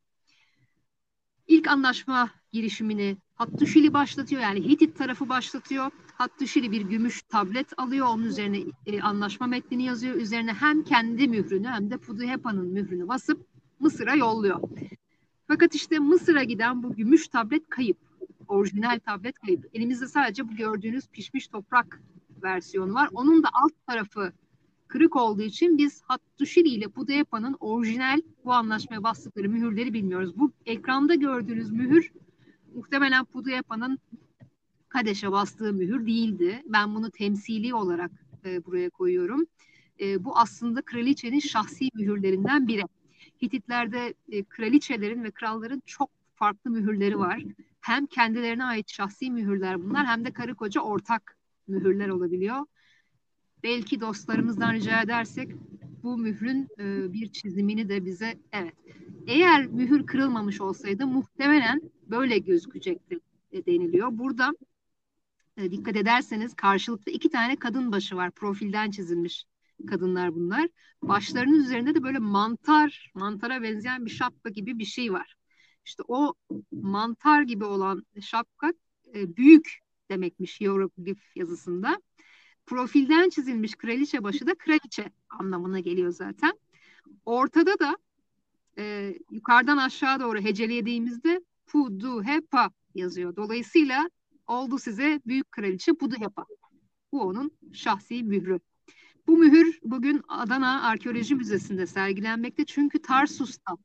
İlk anlaşma girişimini Hattuşili başlatıyor, yani Hitit tarafı başlatıyor. Hattuşili bir gümüş tablet alıyor, onun üzerine anlaşma metnini yazıyor. Üzerine hem kendi mührünü hem de Pudihepa'nın mührünü basıp Mısır'a yolluyor. Fakat işte Mısır'a giden bu gümüş tablet kayıp. Orijinal tablet kayıp. Elimizde sadece bu gördüğünüz pişmiş toprak versiyonu var. Onun da alt tarafı kırık olduğu için biz Hattuşili ile Pudihepa'nın orijinal bu anlaşmaya bastıkları mühürleri bilmiyoruz. Bu ekranda gördüğünüz mühür muhtemelen Pudihepa'nın Kadeş'e bastığı mühür değildi. Ben bunu temsili olarak buraya koyuyorum. Bu aslında kraliçenin şahsi mühürlerinden biri. Hititlerde kraliçelerin ve kralların çok farklı mühürleri var. Hem kendilerine ait şahsi mühürler bunlar, hem de karı koca ortak mühürler olabiliyor. Belki dostlarımızdan rica edersek bu mührün bir çizimini de bize, evet. Eğer mühür kırılmamış olsaydı muhtemelen böyle gözükecekti deniliyor. Burada dikkat ederseniz karşılıklı iki tane kadın başı var. Profilden çizilmiş kadınlar bunlar. Başlarının üzerinde de böyle mantara benzeyen bir şapka gibi bir şey var. İşte o mantar gibi olan şapka büyük demekmiş hieroglif yazısında. Profilden çizilmiş kraliçe başı da kraliçe anlamına geliyor zaten. Ortada da yukarıdan aşağı doğru hecelediğimizde Pudihepa yazıyor. Dolayısıyla oldu size büyük kraliçe Pudihepa. Bu onun şahsi mührü. Bu mühür bugün Adana Arkeoloji Müzesi'nde sergilenmekte. Çünkü Tarsus'ta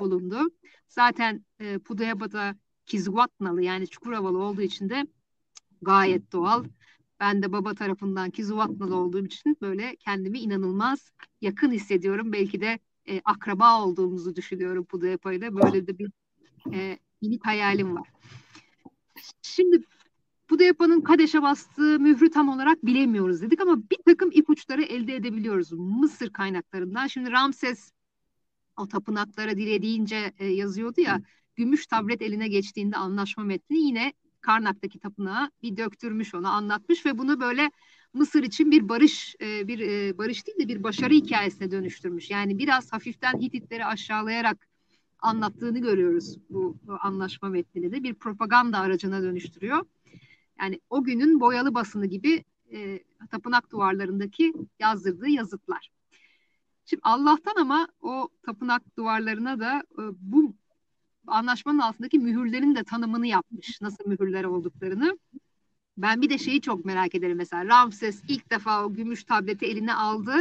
bulundu. Zaten Pudehepa'da Kizilwatnalı yani Çukurhavalı olduğu için de gayet doğal. Ben de baba tarafından Kizilwatnalı olduğum için böyle kendimi inanılmaz yakın hissediyorum. Belki de akraba olduğumuzu düşünüyorum Pudehepa ile. Böyle de bir minik hayalim var. Şimdi Pudehepa'nın Kadeş'e bastığı mührü tam olarak bilemiyoruz dedik ama bir takım ipuçları elde edebiliyoruz Mısır kaynaklarından. Şimdi Ramses o tapınaklara dilediğince yazıyordu ya, gümüş tablet eline geçtiğinde anlaşma metni yine Karnak'taki tapınağa bir döktürmüş, onu anlatmış ve bunu böyle Mısır için bir barış barış değil de bir başarı hikayesine dönüştürmüş. Yani biraz hafiften Hititleri aşağılayarak anlattığını görüyoruz bu anlaşma metnini de. Bir propaganda aracına dönüştürüyor. Yani o günün boyalı basını gibi tapınak duvarlarındaki yazdırdığı yazıtlar. Şimdi Allah'tan ama o tapınak duvarlarına da bu anlaşmanın altındaki mühürlerin de tanımını yapmış. Nasıl mühürler olduklarını. Ben bir de şeyi çok merak ederim mesela. Ramses ilk defa o gümüş tableti eline aldı.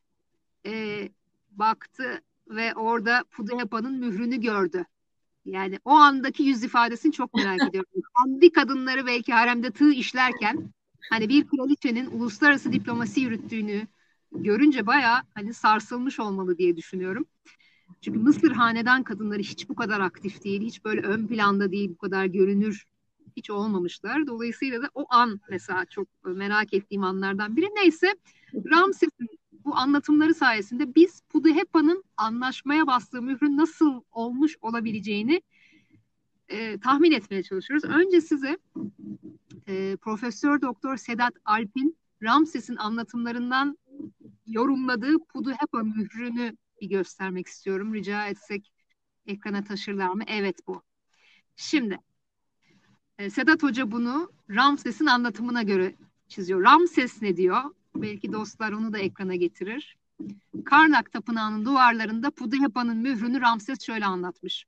Baktı ve orada Pudehepa'nın mührünü gördü. Yani o andaki yüz ifadesini çok merak ediyorum. Handi kadınları belki haremde tığ işlerken hani bir kraliçenin uluslararası diplomasi yürüttüğünü görünce bayağı hani sarsılmış olmalı diye düşünüyorum. Çünkü Mısır hanedan kadınları hiç bu kadar aktif değil, hiç böyle ön planda değil, bu kadar görünür hiç olmamışlar. Dolayısıyla da o an mesela çok merak ettiğim anlardan biri. Neyse, Ramses'in bu anlatımları sayesinde biz Pudehepa'nın anlaşmaya bastığı mührün nasıl olmuş olabileceğini tahmin etmeye çalışıyoruz. Önce size Profesör Doktor Sedat Alp'in Ramses'in anlatımlarından yorumladığı Pudehepa mührünü bir göstermek istiyorum. Rica etsek ekrana taşırlar mı? Evet, bu. Şimdi Sedat Hoca bunu Ramses'in anlatımına göre çiziyor. Ramses ne diyor? Belki dostlar onu da ekrana getirir. Karnak Tapınağı'nın duvarlarında Pudehepa'nın mührünü Ramses şöyle anlatmış.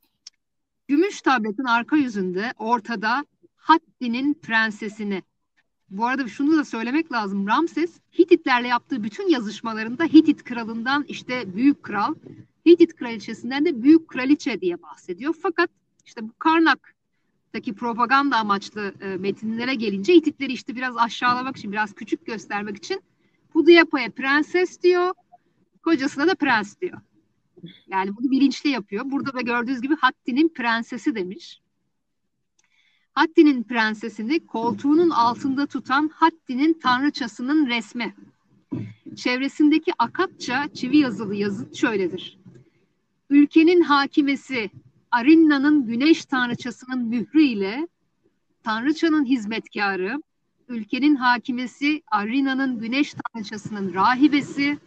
Gümüş tabletin arka yüzünde ortada Hatti'nin prensesini. Bu arada şunu da söylemek lazım. Ramses Hititlerle yaptığı bütün yazışmalarında Hitit kralından işte büyük kral, Hitit kraliçesinden de büyük kraliçe diye bahsediyor. Fakat işte bu Karnak'taki propaganda amaçlı metinlere gelince Hititleri işte biraz aşağılamak için, biraz küçük göstermek için Pudehepa'ya prenses diyor, kocasına da prens diyor. Yani bunu bilinçli yapıyor. Burada da gördüğünüz gibi Hatti'nin prensesi demiş. Hatti'nin prensesini koltuğunun altında tutan Hatti'nin tanrıçasının resmi. Çevresindeki Akatça çivi yazılı yazıt şöyledir. Ülkenin hakimesi Arinna'nın güneş tanrıçasının mührü ile tanrıçanın hizmetkarı, ülkenin hakimesi Arinna'nın güneş tanrıçasının rahibesi,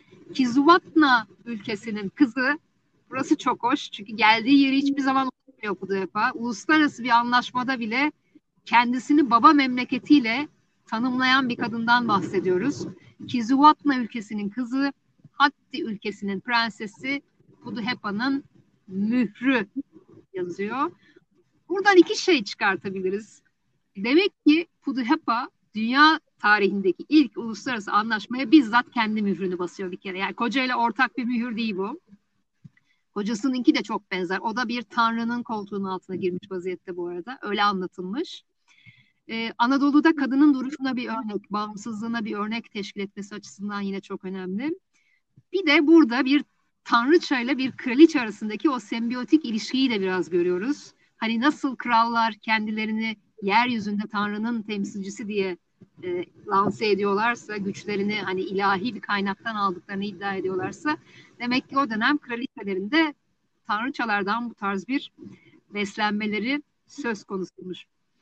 Kizilwatna ülkesinin kızı. Burası çok hoş çünkü geldiği yeri hiçbir zaman unutmuyor Pudehepa. Uluslararası bir anlaşmada bile kendisini baba memleketiyle tanımlayan bir kadından bahsediyoruz. Kizilwatna ülkesinin kızı, Hatti ülkesinin prensesi, Pudehepa'nın mührü yazıyor. Buradan iki şey çıkartabiliriz. Demek ki Pudehepa dünya tarihindeki ilk uluslararası anlaşmaya bizzat kendi mührünü basıyor bir kere. Yani kocayla ortak bir mühür değil bu. Kocasınınki de çok benzer. O da bir tanrının koltuğunun altına girmiş vaziyette bu arada. Öyle anlatılmış. Anadolu'da kadının duruşuna bir örnek, bağımsızlığına bir örnek teşkil etmesi açısından yine çok önemli. Bir de burada bir tanrıçayla bir kraliçe arasındaki o sembiyotik ilişkiyi de biraz görüyoruz. Hani nasıl krallar kendilerini yeryüzünde Tanrı'nın temsilcisi diye lanse ediyorlarsa, güçlerini hani ilahi bir kaynaktan aldıklarını iddia ediyorlarsa, demek ki o dönem kraliçelerinde tanrıçalardan bu tarz bir beslenmeleri söz konusuymuş.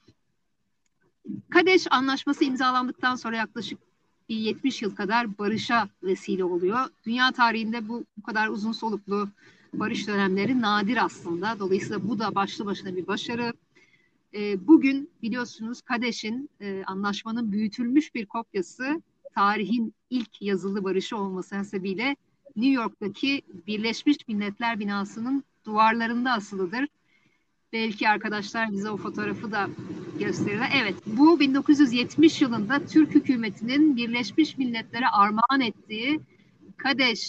Kadeş Anlaşması imzalandıktan sonra yaklaşık bir 70 yıl kadar barışa vesile oluyor. Dünya tarihinde bu kadar uzun soluklu barış dönemleri nadir aslında. Dolayısıyla bu da başlı başına bir başarı. Bugün biliyorsunuz Kadeş'in anlaşmanın büyütülmüş bir kopyası tarihin ilk yazılı barışı olması hasebiyle New York'taki Birleşmiş Milletler binasının duvarlarında asılıdır. Belki arkadaşlar bize o fotoğrafı da gösterirler. Evet, bu 1970 yılında Türk hükümetinin Birleşmiş Milletler'e armağan ettiği Kadeş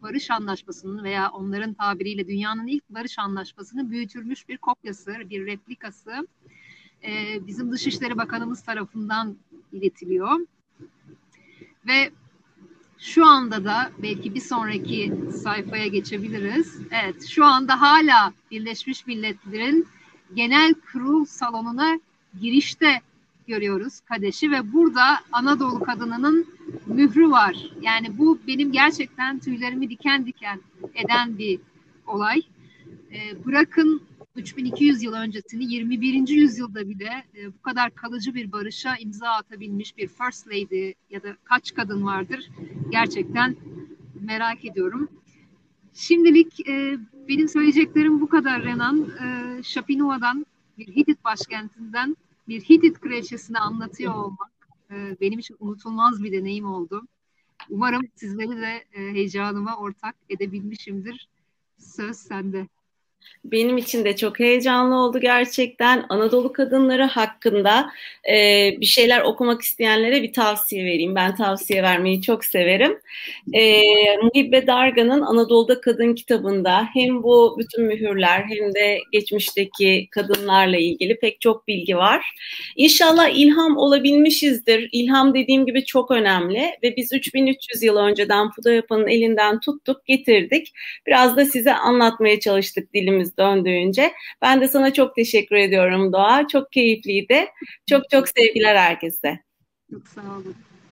barış anlaşmasının veya onların tabiriyle dünyanın ilk barış anlaşmasının büyütülmüş bir kopyası, bir replikası bizim Dışişleri Bakanımız tarafından iletiliyor. Ve şu anda da belki bir sonraki sayfaya geçebiliriz. Evet, şu anda hala Birleşmiş Milletler'in Genel Kurul salonuna girişte görüyoruz Kadeş'i ve burada Anadolu kadınının mührü var. Yani bu benim gerçekten tüylerimi diken diken eden bir olay. Bırakın 3200 yıl öncesini, 21. yüzyılda bile bu kadar kalıcı bir barışa imza atabilmiş bir First Lady ya da kaç kadın vardır gerçekten merak ediyorum. Şimdilik benim söyleyeceklerim bu kadar Renan. Şapinova'dan, bir Hitit başkentinden, bir Hitit kraliçesini anlatıyor olmak benim için unutulmaz bir deneyim oldu. Umarım sizleri de heyecanıma ortak edebilmişimdir. Söz sende. Benim için de çok heyecanlı oldu gerçekten. Anadolu kadınları hakkında bir şeyler okumak isteyenlere bir tavsiye vereyim. Ben tavsiye vermeyi çok severim. Muhibbe Dargan'ın Anadolu'da Kadın kitabında hem bu bütün mühürler hem de geçmişteki kadınlarla ilgili pek çok bilgi var. İnşallah ilham olabilmişizdir. İlham dediğim gibi çok önemli ve biz 3300 yıl önceden Puda Yapa'nın elinden tuttuk, getirdik. Biraz da size anlatmaya çalıştık dilimiz döndüğünce. Ben de sana çok teşekkür ediyorum Doğa. Çok keyifliydi. Çok çok sevgiler herkese. Çok sağ olun.